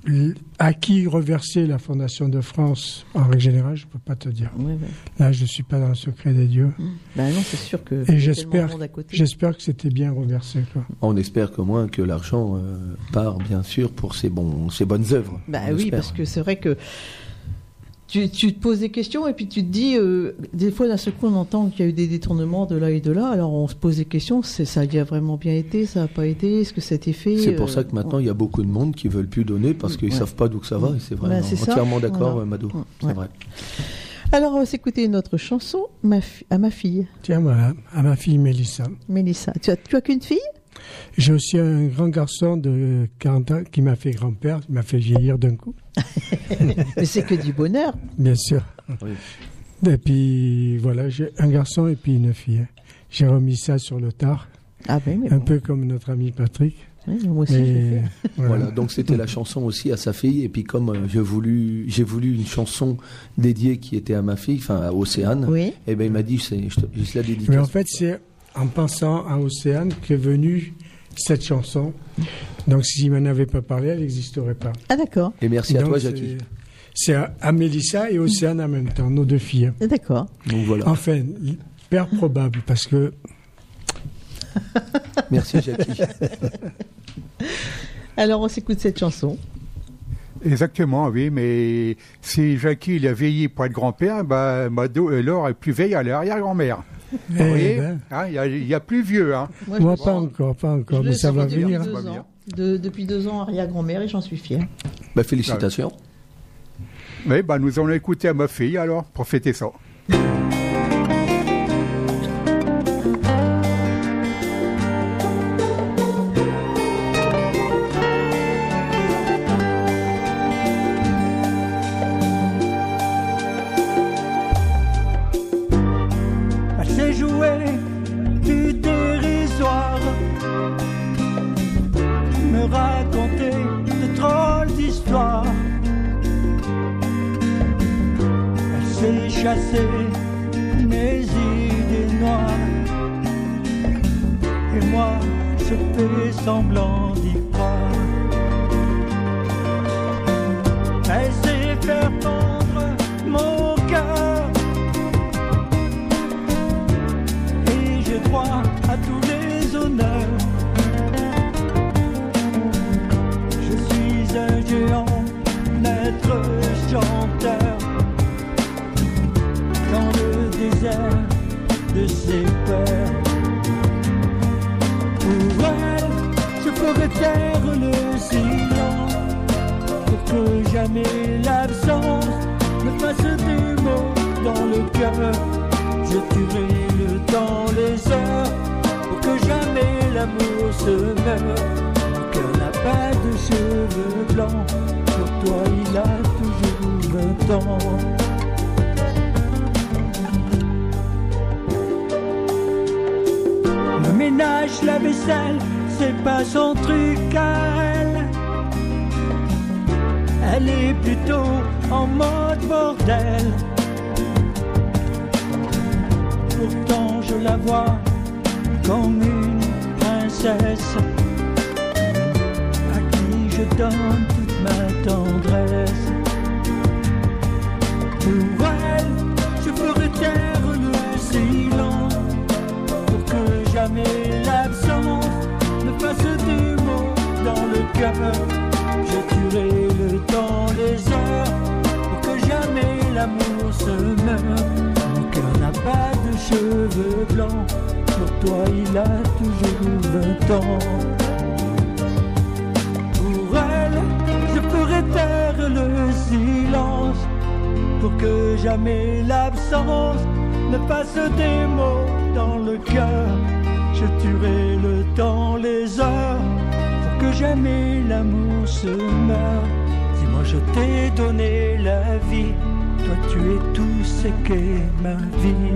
à qui reverser la Fondation de France, en règle générale, je ne peux pas te dire. Là, je ne suis pas dans le secret des dieux. Ben non, c'est sûr que... Et j'espère que c'était bien reversé, quoi. On espère qu'au moins que l'argent part, bien sûr, pour ces bonnes œuvres. Ben oui, parce que c'est vrai que tu te poses des questions et puis tu te dis, des fois d'un seul coup on entend qu'il y a eu des détournements de là et de là, alors on se pose des questions, ça a vraiment bien été, ça n'a pas été, est-ce que ça a été fait ? C'est pour ça que maintenant il y a beaucoup de monde qui ne veulent plus donner parce qu'ils ne savent pas d'où que ça va, et c'est vrai, entièrement d'accord, Mado, c'est vrai. Alors on va s'écouter une autre chanson, à ma fille. Tiens, voilà, à ma fille Mélissa. Mélissa, tu as qu'une fille ? J'ai aussi un grand garçon de 40 ans qui m'a fait grand-père, qui m'a fait vieillir d'un coup. Mais c'est que du bonheur. Bien sûr. Oui. Et puis voilà, j'ai un garçon et puis une fille. J'ai remis ça sur le tard. Ah ben, mais un peu comme notre ami Patrick. Oui, moi aussi, j'ai fait. Voilà, donc c'était la chanson aussi à sa fille. Et puis comme j'ai voulu une chanson dédiée qui était à ma fille, enfin à Océane, et ben il m'a dit, je la dédicace. Mais en fait, c'est en pensant à Océane qu'est venue cette chanson. Donc, s'il m'en avait pas parlé, elle n'existerait pas. Ah, d'accord. Et merci à toi, Jackie. C'est à Mélissa et Océane en même temps, nos deux filles. D'accord. Donc, voilà. Enfin, père probable, parce que... Merci, Jackie. Alors, on s'écoute cette chanson. Exactement, oui, mais si Jackie il a vieilli pour être grand-père, Mado Laure est plus vieille à l'arrière-grand-mère. Il y a plus vieux. Hein. Moi, pas encore, mais ça va venir. Depuis 2 ans, arrière-grand-mère, et j'en suis fier. Félicitations. Oui, nous allons écouter à ma fille, alors, pour fêter ça. chasser mes idées noires. Et moi, je fais semblant d'y croire. Mais c'est faire fondre mon cœur. Et j'ai droit à tous les honneurs. Je suis un géant, maître chanteur, dans le désert de ses peurs. Pour elle, je ferai taire le silence, pour que jamais l'absence ne fasse des mots dans le cœur. Je tuerai le temps, les heures, pour que jamais l'amour se meure. Mon cœur n'a pas de cheveux blancs, pour toi il a toujours 20 ans. Le ménage, la vaisselle, c'est pas son truc à elle. Elle est plutôt en mode bordel. Pourtant je la vois comme une princesse à qui je donne toute ma tendresse. Pour elle, je ferai taire le silence, pour que jamais l'absence ne fasse des mots dans le cœur. Je tuerai le temps, les heures, pour que jamais l'amour se meure. Mon cœur n'a pas de cheveux blancs, pour toi il a toujours 20 ans. Pour elle, je ferai taire le silence, pour que jamais l'absence ne fasse des mots dans le cœur. Je tuerai le temps, les heures, pour que jamais l'amour se meure. Si moi je t'ai donné la vie, toi tu es tout ce qu'est ma vie.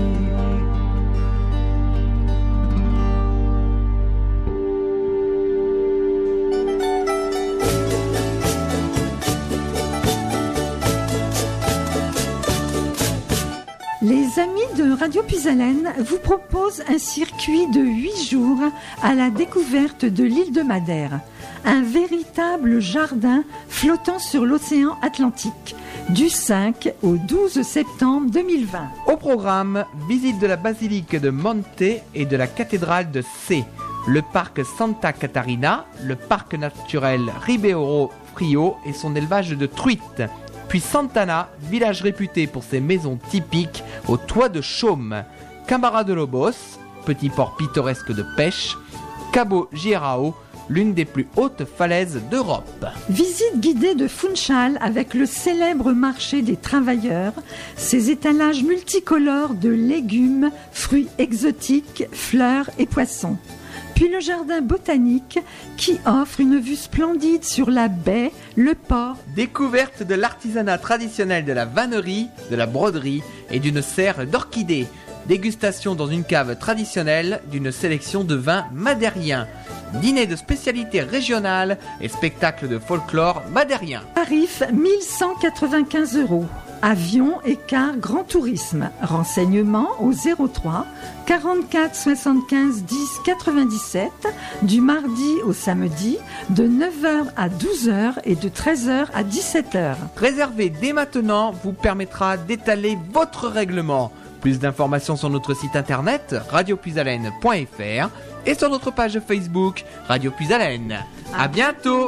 Les amis de Radio Puisalène vous proposent un circuit de 8 jours à la découverte de l'île de Madère. Un véritable jardin flottant sur l'océan Atlantique, du 5 au 12 septembre 2020. Au programme, visite de la basilique de Monte et de la cathédrale de C, le parc Santa Catarina, le parc naturel Ribeiro Frio et son élevage de truites. Puis Santana, village réputé pour ses maisons typiques au toit de chaume. Camara de Lobos, petit port pittoresque de pêche. Cabo Girao, l'une des plus hautes falaises d'Europe. Visite guidée de Funchal avec le célèbre marché des travailleurs, ses étalages multicolores de légumes, fruits exotiques, fleurs et poissons. Puis le jardin botanique qui offre une vue splendide sur la baie, le port. Découverte de l'artisanat traditionnel de la vannerie, de la broderie et d'une serre d'orchidées. Dégustation dans une cave traditionnelle d'une sélection de vins madériens. Dîner de spécialités régionales et spectacle de folklore madérien. Tarif 1195 €. Avion et car Grand Tourisme. Renseignements au 03 44 75 10 97 du mardi au samedi de 9h à 12h et de 13h à 17h. Réserver dès maintenant vous permettra d'étaler votre règlement. Plus d'informations sur notre site internet radiopuisalène.fr et sur notre page Facebook Radio Puisalène. À bientôt.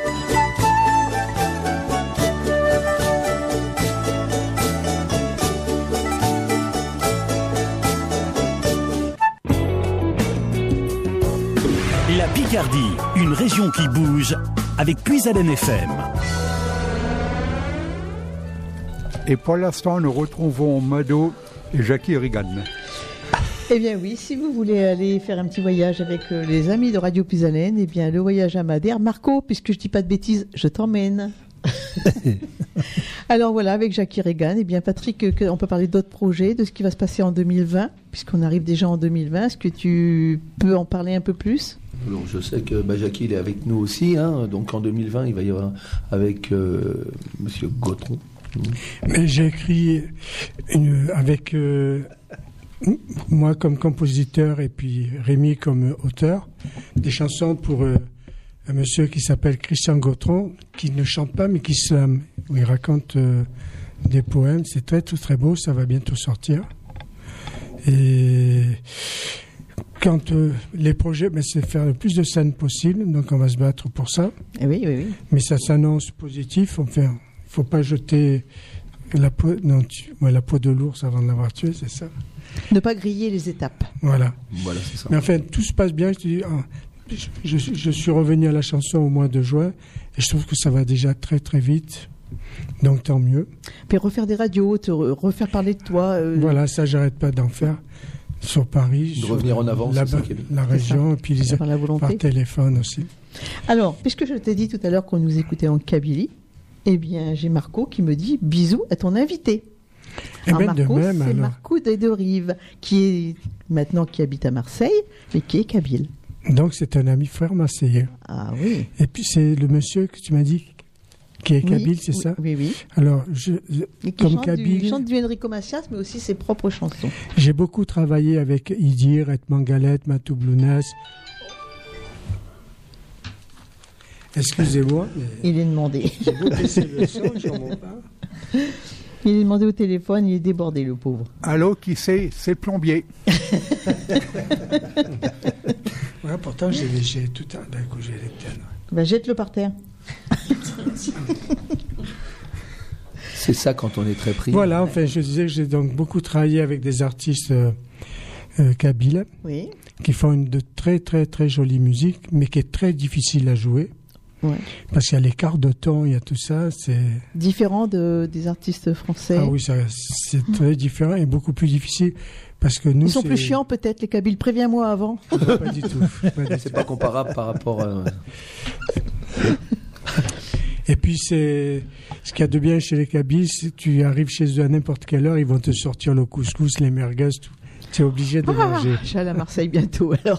La Picardie, une région qui bouge avec Puisalène FM. Et pour l'instant, nous retrouvons Mado et Jackie Regan. Eh bien oui, si vous voulez aller faire un petit voyage avec les amis de Radio Puisalène, eh bien le voyage à Madère. Marco, puisque je dis pas de bêtises, je t'emmène. Alors voilà, avec Jackie Regan, eh bien Patrick, on peut parler d'autres projets, de ce qui va se passer en 2020, puisqu'on arrive déjà en 2020. Est-ce que tu peux en parler un peu plus ? Alors, je sais que Jackie il est avec nous aussi, hein, donc en 2020 il va y avoir avec Monsieur Gautron. Mais j'ai écrit avec moi comme compositeur et puis Rémi comme auteur, des chansons pour un monsieur qui s'appelle Christian Gautron, qui ne chante pas mais qui slame, où il raconte des poèmes. C'est très très beau, ça va bientôt sortir. Et quand les projets, c'est faire le plus de scènes possible, donc on va se battre pour ça. Oui. Mais ça s'annonce positif. Enfin, il faut pas jeter la peau de l'ours avant de l'avoir tué, c'est ça. Ne pas griller les étapes. Voilà, c'est ça. Mais enfin, tout se passe bien. Je suis revenu à la chanson au mois de juin et je trouve que ça va déjà très très vite. Donc tant mieux. Puis refaire des radios, refaire parler de toi. Voilà, ça j'arrête pas d'en faire. Sur Paris, de revenir en avant, la région, et puis par téléphone aussi. Alors, puisque je t'ai dit tout à l'heure qu'on nous écoutait en Kabylie, eh bien, j'ai Marco qui me dit bisous à ton invité. Alors, Marco, c'est Marco d'Aide-Rive, qui habite à Marseille, mais qui est kabyle. Donc, c'est un ami frère marseillais. Ah oui. Et puis, c'est le monsieur que tu m'as dit qui est kabyle, c'est ça? Oui. Alors, comme kabyle... Il chante du Enrico Macias, mais aussi ses propres chansons. J'ai beaucoup travaillé avec Idir, Etmangalet, Matou Blounas. Excusez-moi. Mais... Il est demandé. J'ai beau baisser le son, j'en monte pas. Il est demandé au téléphone, il est débordé, le pauvre. Allô, qui c'est? C'est le plombier. Ouais, pourtant, j'ai tout un... D'un coup, j'ai l'éteindre. Bah, jette-le par terre. C'est ça quand on est très pris. Voilà, enfin, je disais que j'ai donc beaucoup travaillé avec des artistes kabyles qui font de très très très jolie musique, mais qui est très difficile à jouer. Ouais. Parce qu'il y a l'écart de ton, il y a tout ça. C'est différent des artistes français. Ah oui, c'est très différent et beaucoup plus difficile. Parce que nous, ils sont plus chiants peut-être, les Kabyles. Préviens-moi avant. Pas du tout. C'est pas comparable par rapport à... Et puis, ce qu'il y a de bien chez les Kabyles, c'est tu arrives chez eux à n'importe quelle heure, ils vont te sortir le couscous, les merguez, tout. Tu es obligé de manger. Je vais aller à Marseille bientôt, alors.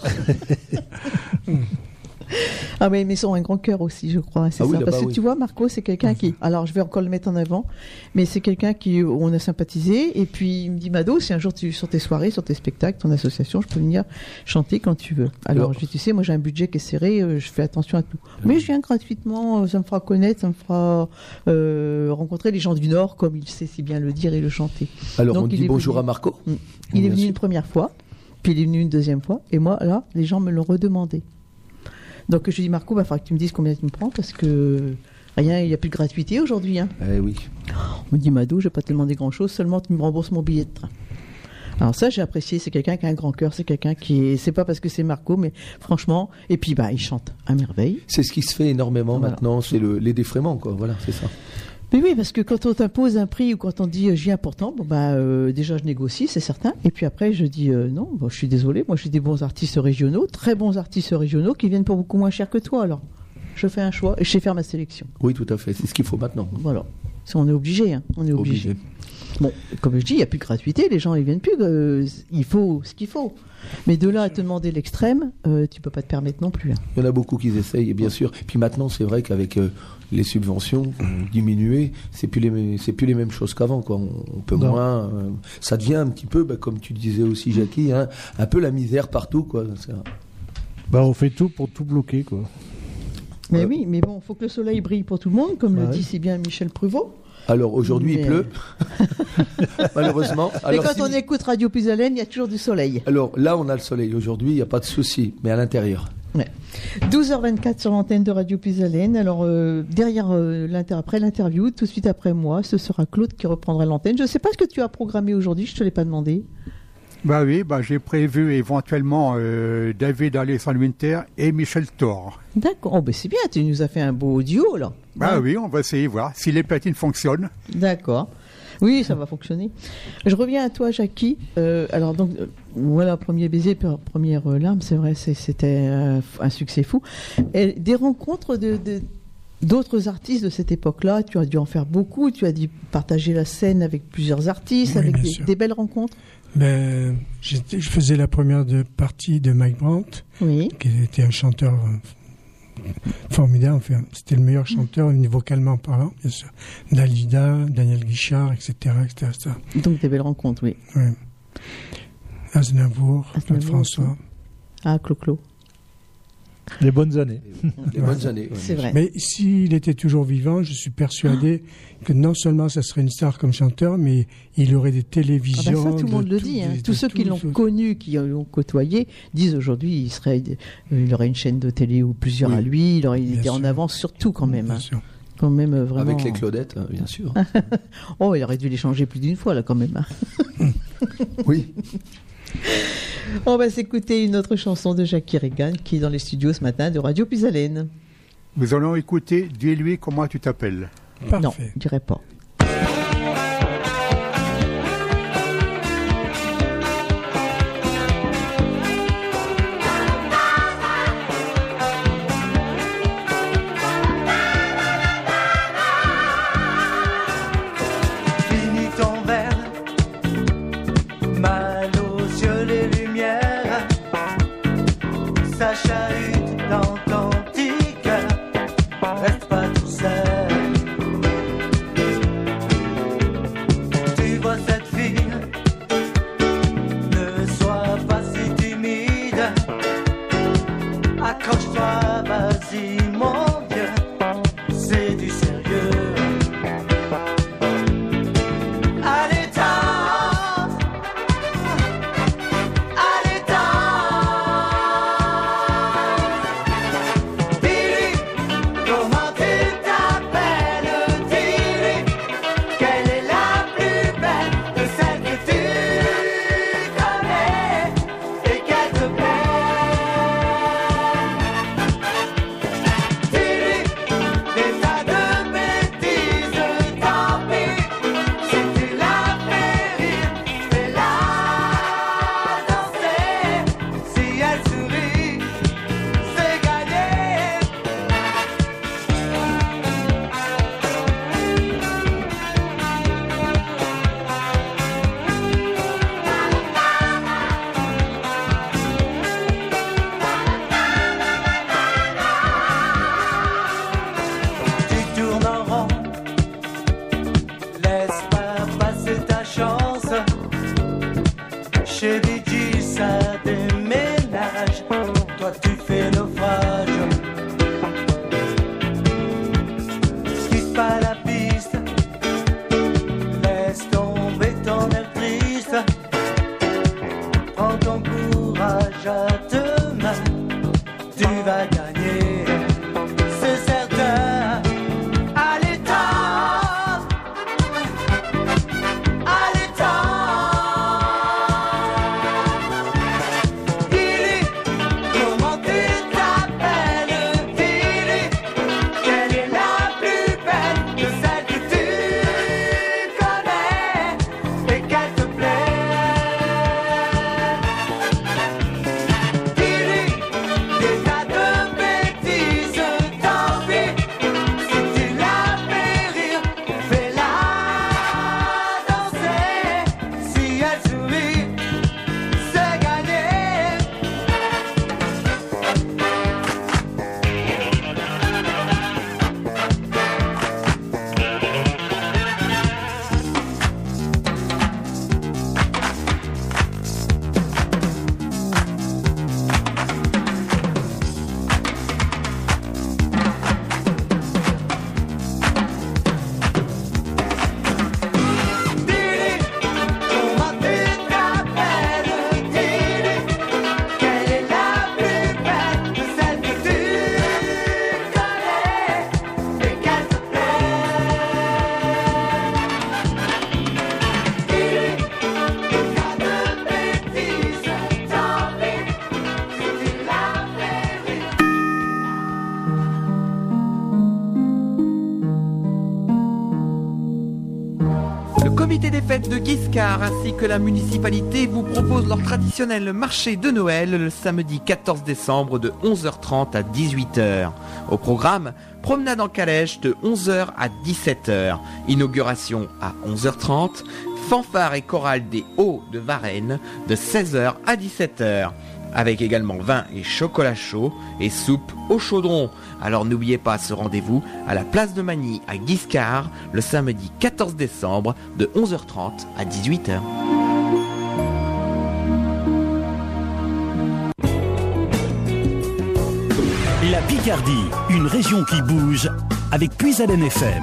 Ah mais ils ont un grand cœur aussi, je crois. C'est ça. Parce que tu vois, Marco, c'est quelqu'un qui... Alors, je vais encore le mettre en avant, mais c'est quelqu'un où on a sympathisé. Et puis, il me dit, Mado, si un jour sur tes soirées, sur tes spectacles, ton association, je peux venir chanter quand tu veux. Alors, je dis, tu sais, moi, j'ai un budget qui est serré, je fais attention à tout. Mais je viens gratuitement, ça me fera connaître, ça me fera rencontrer les gens du Nord, comme il sait si bien le dire et le chanter. Alors, donc, on dit bonjour à Marco. Il est venu une première fois, puis il est venu une deuxième fois, et moi, là, les gens me l'ont redemandé. Donc je dis Marco, il va falloir que tu me dises combien tu me prends parce que rien, il n'y a plus de gratuité aujourd'hui. Hein. Eh oui. On me dit Mado, je ne vais pas te demander grand-chose, seulement tu me rembourses mon billet de train. Alors ça, j'ai apprécié, c'est quelqu'un qui a un grand cœur, c'est quelqu'un c'est pas parce que c'est Marco, mais franchement, et puis il chante à merveille. C'est ce qui se fait énormément maintenant, c'est les défraiements, quoi, voilà, c'est ça. Mais oui, parce que quand on t'impose un prix ou quand on dit je viens pourtant, déjà je négocie, c'est certain. Et puis après je dis non, je suis désolé, moi j'ai des bons artistes régionaux, très bons artistes régionaux qui viennent pour beaucoup moins cher que toi. Alors je fais un choix et je sais faire ma sélection. Oui, tout à fait, c'est ce qu'il faut maintenant. Voilà, on est obligé, on est obligé. Bon, comme je dis, il n'y a plus de gratuité, les gens ils viennent plus, il faut ce qu'il faut. Mais de là à te demander l'extrême, tu peux pas te permettre non plus. Hein. Il y en a beaucoup qui essayent, bien sûr. Puis maintenant, c'est vrai qu'avec les subventions diminuées, c'est plus les mêmes choses qu'avant, quoi. On peut moins. Ça devient un petit peu, comme tu disais aussi, Jackie, un peu la misère partout, quoi. On fait tout pour tout bloquer, quoi. Mais oui, mais bon, il faut que le soleil brille pour tout le monde, comme le dit si bien Michel Pruvot. Alors aujourd'hui il pleut, malheureusement. Mais quand on écoute Radio Puisalène, il y a toujours du soleil. Alors là on a le soleil, aujourd'hui il n'y a pas de souci, mais à l'intérieur. Ouais. 12h24 sur l'antenne de Radio Puisalène. Alors après l'interview, tout de suite après moi, ce sera Claude qui reprendra l'antenne. Je ne sais pas ce que tu as programmé aujourd'hui, je ne te l'ai pas demandé. Oui, j'ai prévu éventuellement David Alexandre Winter et Michel Thor. D'accord, c'est bien, tu nous as fait un beau duo là. Oui, on va essayer de voir si les platines fonctionnent. D'accord. Oui, ça va fonctionner. Je reviens à toi, Jackie. Alors donc, voilà, premier baiser, première larme, c'est vrai, c'était un succès fou. Et des rencontres d'autres artistes de cette époque-là, tu as dû en faire beaucoup, tu as dû partager la scène avec plusieurs artistes, avec des belles rencontres. Je faisais la première partie de Mike Brandt, qui était un chanteur formidable. Enfin, c'était le meilleur chanteur vocalement parlant, bien sûr. Dalida, Daniel Guichard, etc. Donc des belles rencontres, oui. Ouais. Aznavour, Claude François. Ah, Clo-Clo. Les bonnes années. Les bonnes années. C'est vrai. Mais s'il était toujours vivant, je suis persuadé que non seulement ça serait une star comme chanteur, mais il aurait des télévisions. Ça, tout le monde le dit. Tous ceux qui l'ont connu, qui l'ont côtoyé, disent aujourd'hui il aurait une chaîne de télé ou plusieurs à lui. Il était en avance sur tout quand même. Bien sûr. Quand même, vraiment. Avec les Claudettes, bien sûr. Oh, il aurait dû les changer plus d'une fois là quand même. Oui. On va s'écouter une autre chanson de Jackie Regan qui est dans les studios ce matin de Radio Puisalène. Nous allons écouter Dis-lui comment tu t'appelles. Parfait. Non, je dirais pas. Finis ton verre, mal aux yeux les lumières, ça chahute dans ton petit cœur, reste pas tout seul. Tu vois cette fille, ne sois pas si timide, accroche-toi, vas-y mon vieux, c'est du sérieux. Allez, danse, allez, danse. Dis-lui comment tu t'appelles, dis-lui quelle est la plus belle de celles que tu connais et qu'elle te plaît. Dis-lui des tas de bêtises, tant pis. Si tu la fais rire, fais-la danser. Si elle sourit, c'est gagné. Tu tournes en rond, laisse pas passer ta chance. Chez Vigi, ça déménage, toi tu fais naufrage. Quitte pas la piste, laisse tomber ton air triste. Prends ton courage à deux mains, tu vas gagner, c'est certain. Allez, danse, allez, danse. Dis-lui comment tu t'appelles, dis-lui quelle est la plus belle de celles que tu connais et qu'elle te plaît. Dis-lui des tas de bêtises, tant pis. Si tu la fais rire, fais-la danser. Si elle sourit, c'est gagné. Dis-lui comment tu t'appelles, dis-lui quelle est la plus belle de celles que tu connais et qu'elle te plaît. Dis-lui des tas de bêtises, tant pis. Si tu la fais rire. Le comité des fêtes de Guiscard ainsi que la municipalité vous proposent leur traditionnel marché de Noël le samedi 14 décembre de 11h30 à 18h. Au programme, promenade en calèche de 11h à 17h, inauguration à 11h30, fanfare et chorale des Hauts de Varennes de 16h à 17h. avec également vin et chocolat chaud et soupe au chaudron. Alors n'oubliez pas ce rendez-vous à la place de Magny à Guiscard le samedi 14 décembre de 11h30 à 18h. La Picardie, une région qui bouge avec Puisalène FM.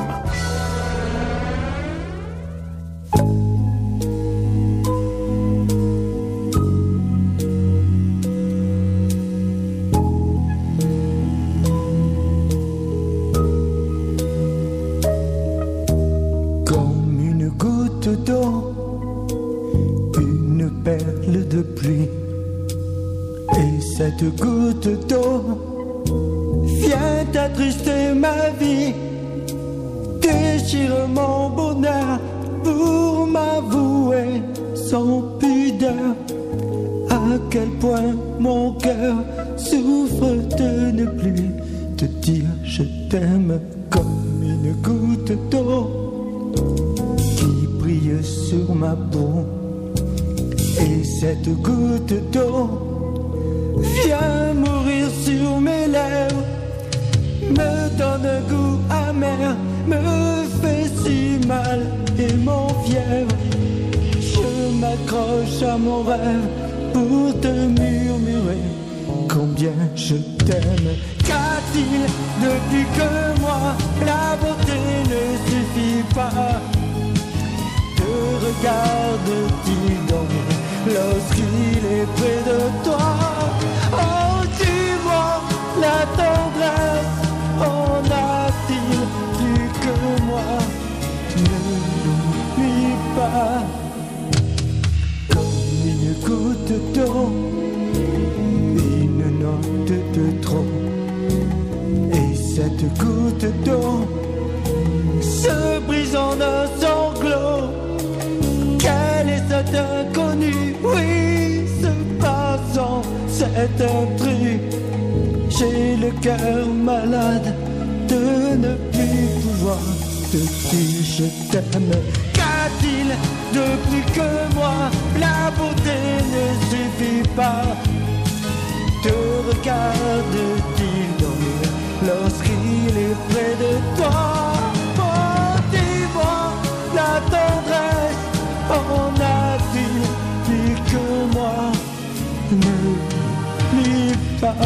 Comme une goutte d'eau, une perle de pluie, et cette goutte d'eau viens t'attrister ma vie, déchire mon bonheur pour m'avouer sans pudeur à quel point mon cœur souffre de ne plus te dire je t'aime. Comme une goutte d'eau qui brille sur ma peau, et cette goutte d'eau vient mourir sur mes lèvres, me donne un goût amer, me fait si mal et m'enfièvre. Je m'accroche à mon rêve pour te murmurer combien je t'aime. Qu'a-t-il depuis que moi la beauté ne suffit pas? Te regarde-t-il donc lorsqu'il est près de toi? Oh, dis-moi la tendresse en a-t-il plus que moi? Ne l'oublie pas. Comme une goutte d'eau, une note de trop, et cette goutte d'eau se brise en un sanglot. Quel est cet inconnu? Oui, ce passant, cet intrus. J'ai le cœur malade de ne plus pouvoir te dire je t'aime. Qu'a-t-il depuis que moi la beauté ne suffit pas? Te regarde-t-il dormir lorsqu'il est près de toi? Oh, dis-moi la tendresse en a-t-il plus que moi? Ne l'oublie pas.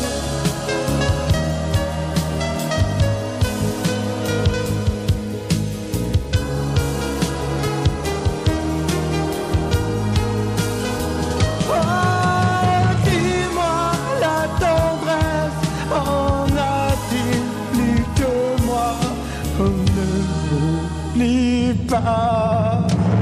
Pas.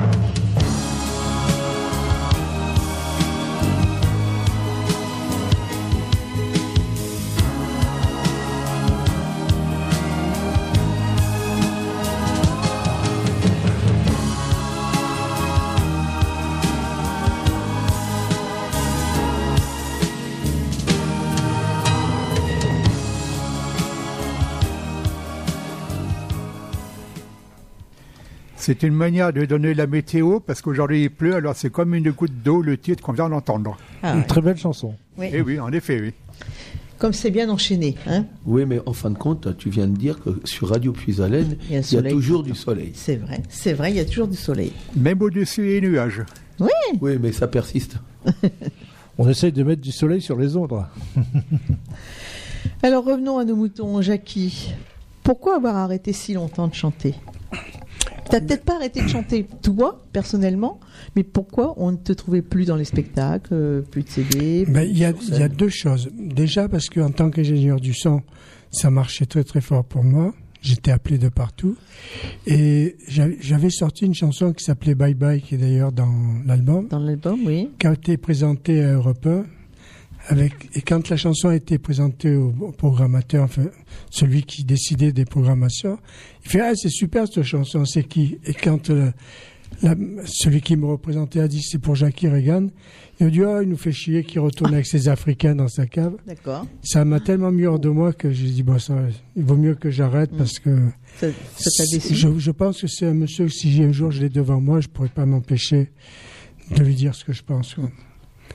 C'est une manière de donner la météo, parce qu'aujourd'hui il pleut, alors c'est comme une goutte d'eau, le titre qu'on vient d'entendre. Ah, une très belle chanson. Oui. Et oui, en effet, oui. Comme c'est bien enchaîné. Hein. Oui, mais en fin de compte, tu viens de dire que sur Radio Puisalène, il y a toujours du soleil. C'est vrai, il y a toujours du soleil. Même au-dessus des nuages. Oui. Oui, mais ça persiste. On essaye de mettre du soleil sur les autres. Alors revenons à nos moutons, Jackie. Pourquoi avoir arrêté si longtemps de chanter? T'as peut-être pas arrêté de chanter toi, personnellement, mais pourquoi on ne te trouvait plus dans les spectacles, plus de CD? Il y a deux choses. Déjà parce qu'en tant qu'ingénieur du son, ça marchait très très fort pour moi. J'étais appelé de partout. Et j'avais sorti une chanson qui s'appelait Bye Bye, qui est d'ailleurs dans l'album. Dans l'album, oui. Qui a été présentée à Europe 1. Et quand la chanson a été présentée au programmateur, enfin, celui qui décidait des programmations, il fait « Ah, c'est super cette chanson, c'est qui ?» Et quand celui qui me représentait a dit « C'est pour Jackie Regan », il a dit « Ah, il nous fait chier qu'il retourne avec ses Africains dans sa cave. » D'accord. Ça m'a tellement mis hors de moi que j'ai dit « Bon, ça, il vaut mieux que j'arrête parce que… » Ça t'a déçu. Je pense que c'est un monsieur, si un jour je l'ai devant moi, je pourrais pas m'empêcher de lui dire ce que je pense. Quoi.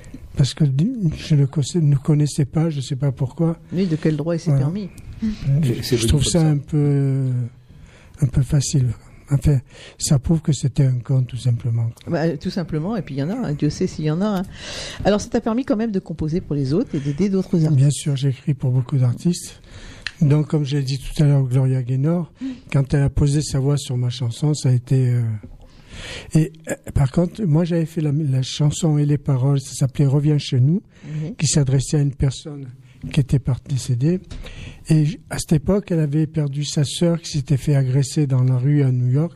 parce que je ne connaissais pas, je ne sais pas pourquoi. Oui, de quel droit il s'est permis? Je trouve ça un peu facile. Enfin, ça prouve que c'était un con, tout simplement. Tout simplement, et puis il y en a, hein, Dieu sait s'il y en a. Hein. Alors ça t'a permis quand même de composer pour les autres et d'aider d'autres artistes? Bien sûr, j'ai écrit pour beaucoup d'artistes. Donc, comme j'ai dit tout à l'heure, Gloria Gaynor, quand elle a posé sa voix sur ma chanson, ça a été... par contre, moi j'avais fait la chanson et les paroles, ça s'appelait Reviens chez nous, qui s'adressait à une personne qui était décédée. Et à cette époque, elle avait perdu sa sœur qui s'était fait agresser dans la rue à New York.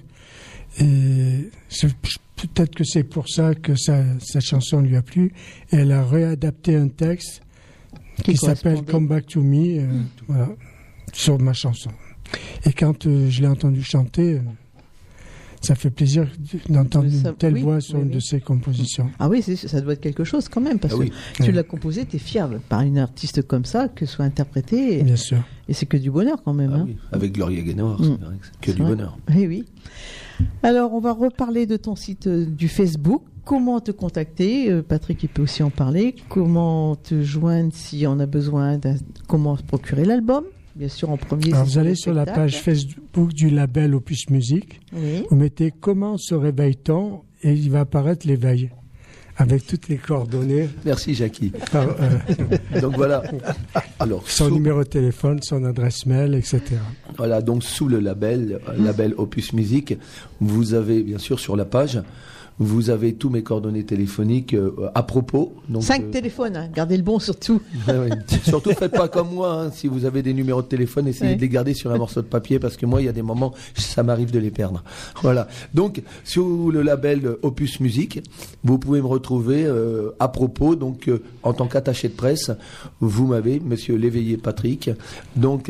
Et peut-être que c'est pour ça que sa chanson lui a plu. Et elle a réadapté un texte qui s'appelle Come Back to Me, voilà, sur ma chanson. Et quand je l'ai entendu chanter... ça fait plaisir d'entendre une telle voix sur une de ses compositions. Ah oui, ça doit être quelque chose quand même, parce que tu l'as composé, tu es fier par une artiste comme ça, que ce soit interprété. Bien sûr. Et c'est que du bonheur quand même. Oui. Avec Gloria Gaynor, c'est vrai que c'est que du bonheur. Oui. Alors, on va reparler de ton site du Facebook. Comment te contacter? Patrick, il peut aussi en parler. Comment te joindre si on a besoin comment procurer l'album? Bien sûr, en premier. Alors, vous allez sur la page Facebook du label Opus Music. Oui. Vous mettez comment se réveille-t-on et il va apparaître l'éveil avec toutes les coordonnées. Merci Jackie. Donc voilà. Alors son numéro de téléphone, son adresse mail, etc. Voilà. Donc sous le label Opus Music, vous avez bien sûr sur la page. Vous avez tous mes coordonnées téléphoniques à propos. Donc, 5 téléphones, hein. Gardez le bon surtout. Ouais. Surtout, faites pas comme moi. Hein. Si vous avez des numéros de téléphone, essayez de les garder sur un morceau de papier parce que moi, il y a des moments, ça m'arrive de les perdre. Voilà. Donc, sur le label Opus Music, vous pouvez me retrouver à propos. Donc, en tant qu'attaché de presse, vous m'avez, Monsieur Léveillé Patrick. Donc,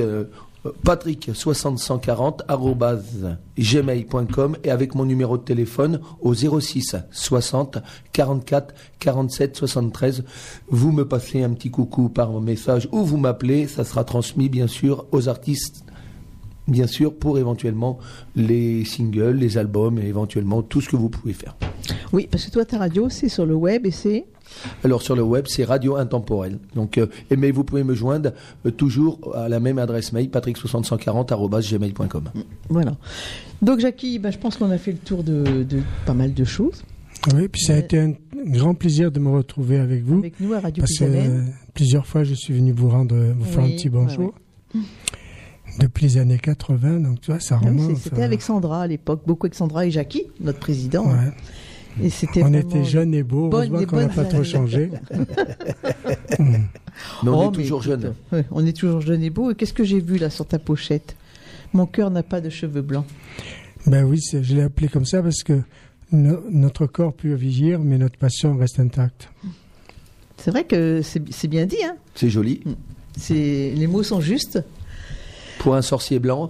patrick60140@gmail.com et avec mon numéro de téléphone au 06 60 44 47 73. Vous me passez un petit coucou par message ou vous m'appelez, ça sera transmis bien sûr aux artistes, bien sûr pour éventuellement les singles, les albums et éventuellement tout ce que vous pouvez faire. Oui, parce que toi ta radio c'est sur le web et c'est... Alors sur le web, c'est Radio Intemporel. Donc, mais vous pouvez me joindre toujours à la même adresse mail, patrick60140@gmail.com. Voilà. Donc Jackie, je pense qu'on a fait le tour de pas mal de choses. Oui, puis ça a été un grand plaisir de me retrouver avec vous. Avec nous à Radio Parce que plusieurs fois, je suis venu vous faire un petit bonjour. Ouais. Depuis les années 80, donc tu vois, ça remonte. C'était avec Sandra à l'époque, beaucoup avec Sandra et Jackie, notre président. Ouais. Et on était jeunes et beaux, heureusement qu'on n'a pas trop changé. Mais on est toujours jeunes. Ouais, on est toujours jeunes et beaux. Et qu'est-ce que j'ai vu là sur ta pochette? Mon cœur n'a pas de cheveux blancs. Ben oui, je l'ai appelé comme ça parce que notre corps peut vieillir, mais notre passion reste intacte. C'est vrai que c'est bien dit. Hein, c'est joli. Les mots sont justes. Pour un sorcier blanc.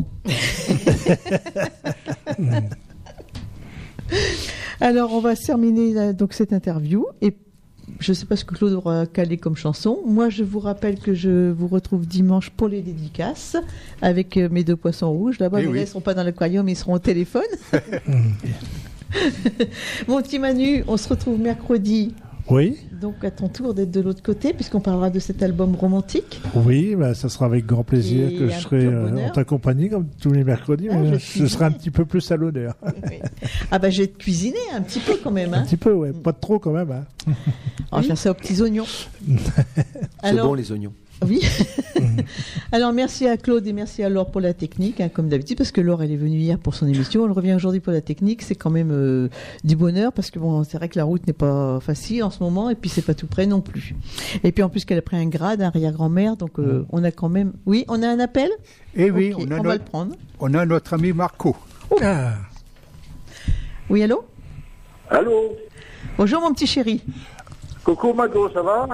Alors, on va terminer donc cette interview. Et je ne sais pas ce que Claude aura calé comme chanson. Moi, je vous rappelle que je vous retrouve dimanche pour les dédicaces avec mes 2 poissons rouges. Là-bas, ils ne seront pas dans l'aquarium, ils seront au téléphone. Mon petit Manu, on se retrouve mercredi. Oui. Donc à ton tour d'être de l'autre côté, puisqu'on parlera de cet album romantique. Oui, ça sera avec grand plaisir que je serai en ta compagnie, comme tous les mercredis, mais ce sera un petit peu plus à l'honneur. Oui. Je vais te cuisiner un petit peu quand même. Un petit peu, ouais. Pas trop quand même. Hein. On va faire ça aux petits oignons. C'est bon les oignons. Oui. Alors merci à Claude et merci à Laure pour la technique, comme d'habitude, parce que Laure elle est venue hier pour son émission, elle revient aujourd'hui pour la technique, c'est quand même du bonheur, parce que c'est vrai que la route n'est pas facile en ce moment, et puis c'est pas tout près non plus. Et puis en plus qu'elle a pris un grade, arrière-grand-mère, donc on a quand même... Oui, on a un appel? Eh oui, on va le prendre. On a notre ami Marco. Ah. Oui, allô? Allô? Bonjour mon petit chéri. Coucou Mado, ça va?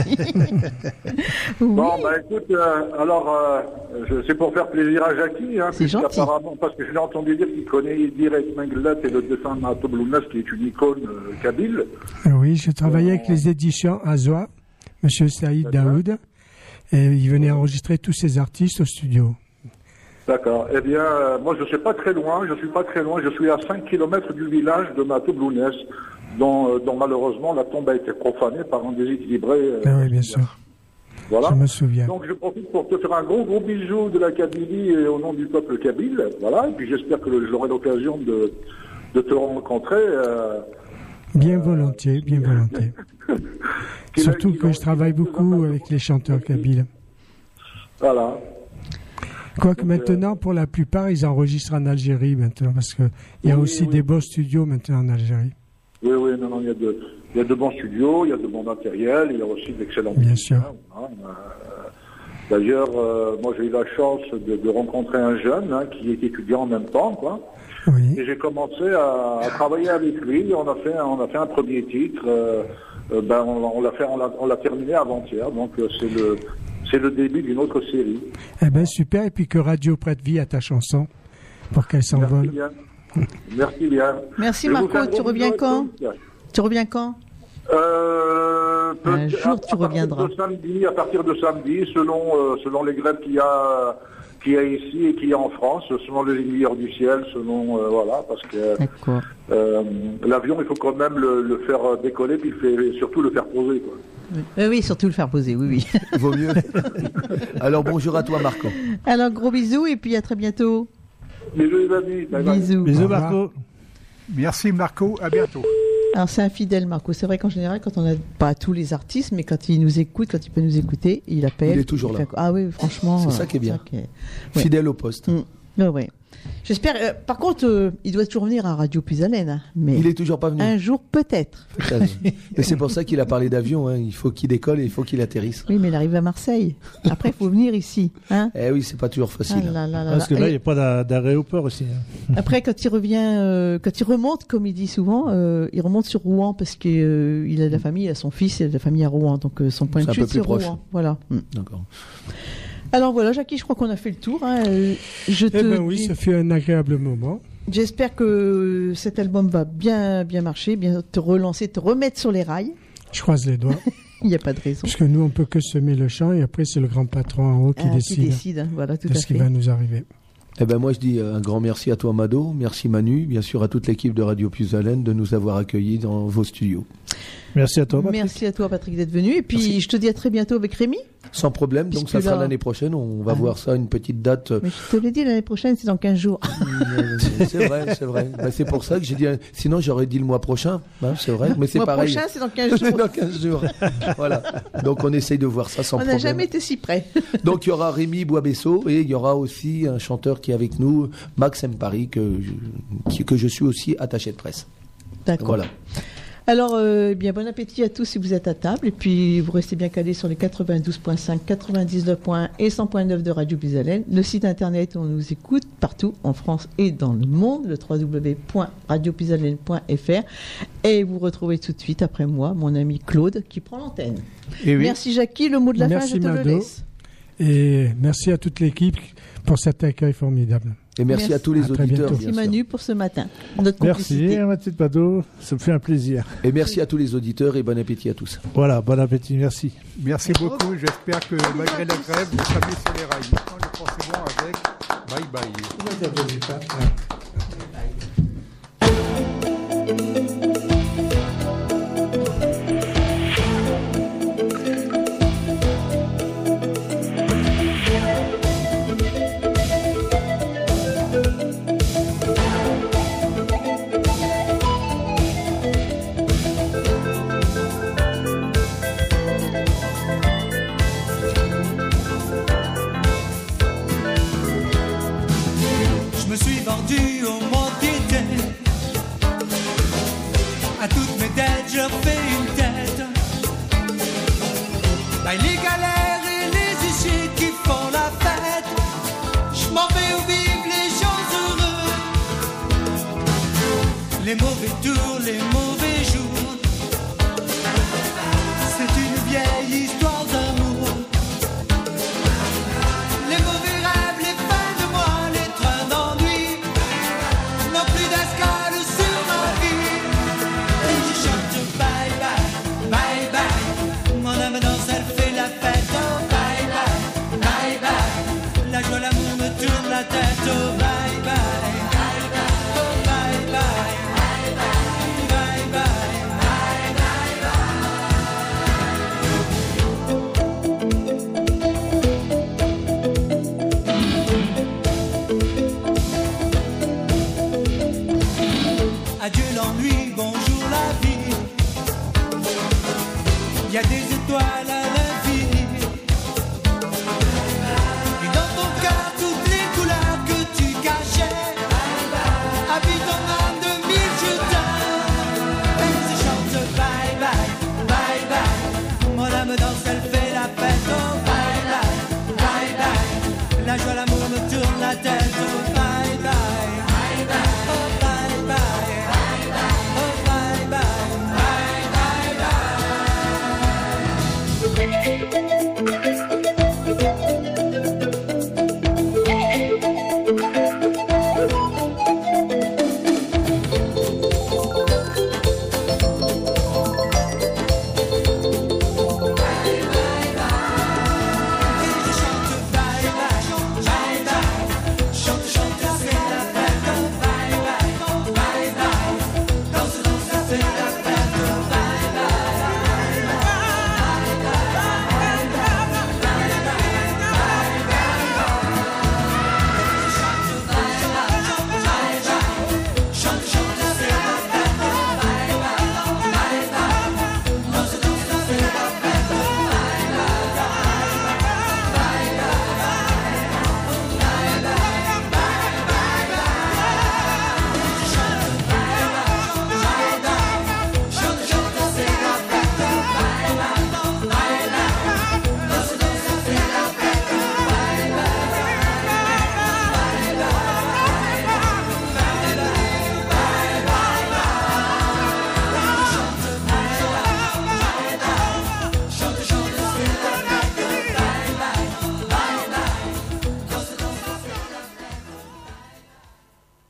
Oui. Bon, écoute, c'est pour faire plaisir à Jackie, c'est gentil. Apparemment, parce que je l'ai entendu dire qu'il connaît Direct Menglat et le dessin de Mato Blounas, qui est une icône kabyle. Oui, je travaillais avec les éditions Azwa, Monsieur Saïd Daoud, et il venait enregistrer tous ces artistes au studio. D'accord. Eh bien, moi, je suis pas très loin, je suis à 5 km du village de Mato Blounas. dont malheureusement la tombe a été profanée par un déséquilibré. Oui, bien sûr. Voilà. Je me souviens. Donc je profite pour te faire un gros bisou de la Kabylie et au nom du peuple kabyle. Voilà. Et puis j'espère que j'aurai l'occasion de te rencontrer. Bien volontiers, bien volontiers. Surtout que je travaille beaucoup avec les chanteurs kabyles. Voilà. Quoique maintenant, pour la plupart, ils enregistrent en Algérie maintenant, parce qu'il y a aussi des beaux studios maintenant en Algérie. Oui, non, il y a de bons studios, il y a de bons matériels, il y a aussi d'excellents Bien sûr. D'ailleurs, moi j'ai eu la chance de rencontrer un jeune qui est étudiant en même temps, quoi. Oui. Et j'ai commencé à travailler avec lui. On a fait un premier titre. On l'a terminé avant-hier. Donc c'est le début d'une autre série. Eh ben super. Et puis que Radio prête vie à ta chanson pour qu'elle s'envole. Merci bien. Merci Marco. Tu reviens quand? Un jour tu reviendras. À partir de samedi, selon les grèves qu'il y a ici et qu'il y a en France, selon les aiguilleurs du ciel, voilà, parce que l'avion, il faut quand même le faire décoller, puis surtout le faire poser, quoi. Oui, surtout le faire poser, oui. Vaut mieux. Alors bonjour à toi, Marco. Alors gros bisous et puis à très bientôt. Bisous les amis. Bisous Marco. Merci Marco, à bientôt. Alors c'est un fidèle Marco, c'est vrai qu'en général quand on n'a pas tous les artistes, mais quand il nous écoute, quand il peut nous écouter, il appelle. Il est toujours là. Ah oui, franchement. C'est ça qui est bien. Fidèle au poste. Ouais. J'espère. Par contre, il doit toujours venir à Radio Puisalène. Mais il est toujours pas venu. Un jour peut-être. Mais c'est pour ça qu'il a parlé d'avion. Il faut qu'il décolle et il faut qu'il atterrisse. Oui, mais il arrive à Marseille. Après, il faut venir ici. Eh oui, c'est pas toujours facile. Parce que là, il n'y a pas d'aéroport aussi. Après, quand il revient, quand il remonte, comme il dit souvent, il remonte sur Rouen parce qu'il a de la famille, il a son fils, il a de la famille à Rouen. Donc son point de chute, c'est Rouen. Voilà. D'accord. Alors voilà, Jackie, je crois qu'on a fait le tour. Oui, ça fait un agréable moment. J'espère que cet album va bien marcher, bien te relancer, te remettre sur les rails. Je croise les doigts. Il n'y a pas de raison. Parce que nous, on peut que semer le champ et après, c'est le grand patron en haut qui décide. Voilà, tout de ce qui va nous arriver. Eh ben moi je dis un grand merci à toi Mado, merci Manu, bien sûr à toute l'équipe de Radio Puisalène de nous avoir accueillis dans vos studios. Merci à toi Patrick. Merci à toi Patrick d'être venu et puis je te dis à très bientôt avec Rémi. Sans problème, donc ça sera l'année prochaine, on va voir ça, une petite date. Mais je te l'ai dit, l'année prochaine c'est dans 15 jours. C'est vrai. Ben, c'est pour ça que j'ai dit, sinon j'aurais dit le mois prochain, c'est vrai, mais c'est pareil. Le mois prochain c'est dans 15 jours. C'est dans 15 jours, voilà. Donc on essaye de voir ça sans problème. On n'a jamais été si près. Donc il y aura Rémi Boisbessot et il y aura aussi un chanteur qui est avec nous, Max M. Paris, que je suis aussi attaché de presse. D'accord. Voilà. Alors, bien bon appétit à tous si vous êtes à table. Et puis, vous restez bien calés sur les 92.5, 99.1 et 100.9 de Radio Puisalène. Le site internet où on nous écoute partout en France et dans le monde, le www.radiopuisalène.fr. Et vous retrouvez tout de suite après moi, mon ami Claude, qui prend l'antenne. Merci Jackie, le mot de la fin, je te le laisse. Et merci à toute l'équipe pour cet accueil formidable. Et merci à tous les auditeurs. Merci Manu pour ce matin. Merci ma petite Mado, ça me fait un plaisir. Et merci à tous les auditeurs et bon appétit à tous. Voilà, bon appétit, merci. Merci beaucoup, j'espère que malgré la grève, vous serez sur les rails. Maintenant, nous poursuivons avec Bye Bye. Je me suis vendu au monde qui était. À toutes mes dettes, je fais une tête. Bah, les galères et les issues qui font la fête. Je m'en vais où vivent les gens heureux. Les mauvais tours, les mauvais jours. C'est une vieille histoire d'amour. Les mauvais rêves, les fins de mois, les trains d'ennui n'ont plus d'escale sur ma vie. Et je chante bye bye, bye bye. Mon âme danse, elle fait la fête. Oh bye bye, bye bye. La joie, l'amour me tourne la tête. Oh bye bye, bye bye. Oh bye bye, bye bye. adieu l'ennui.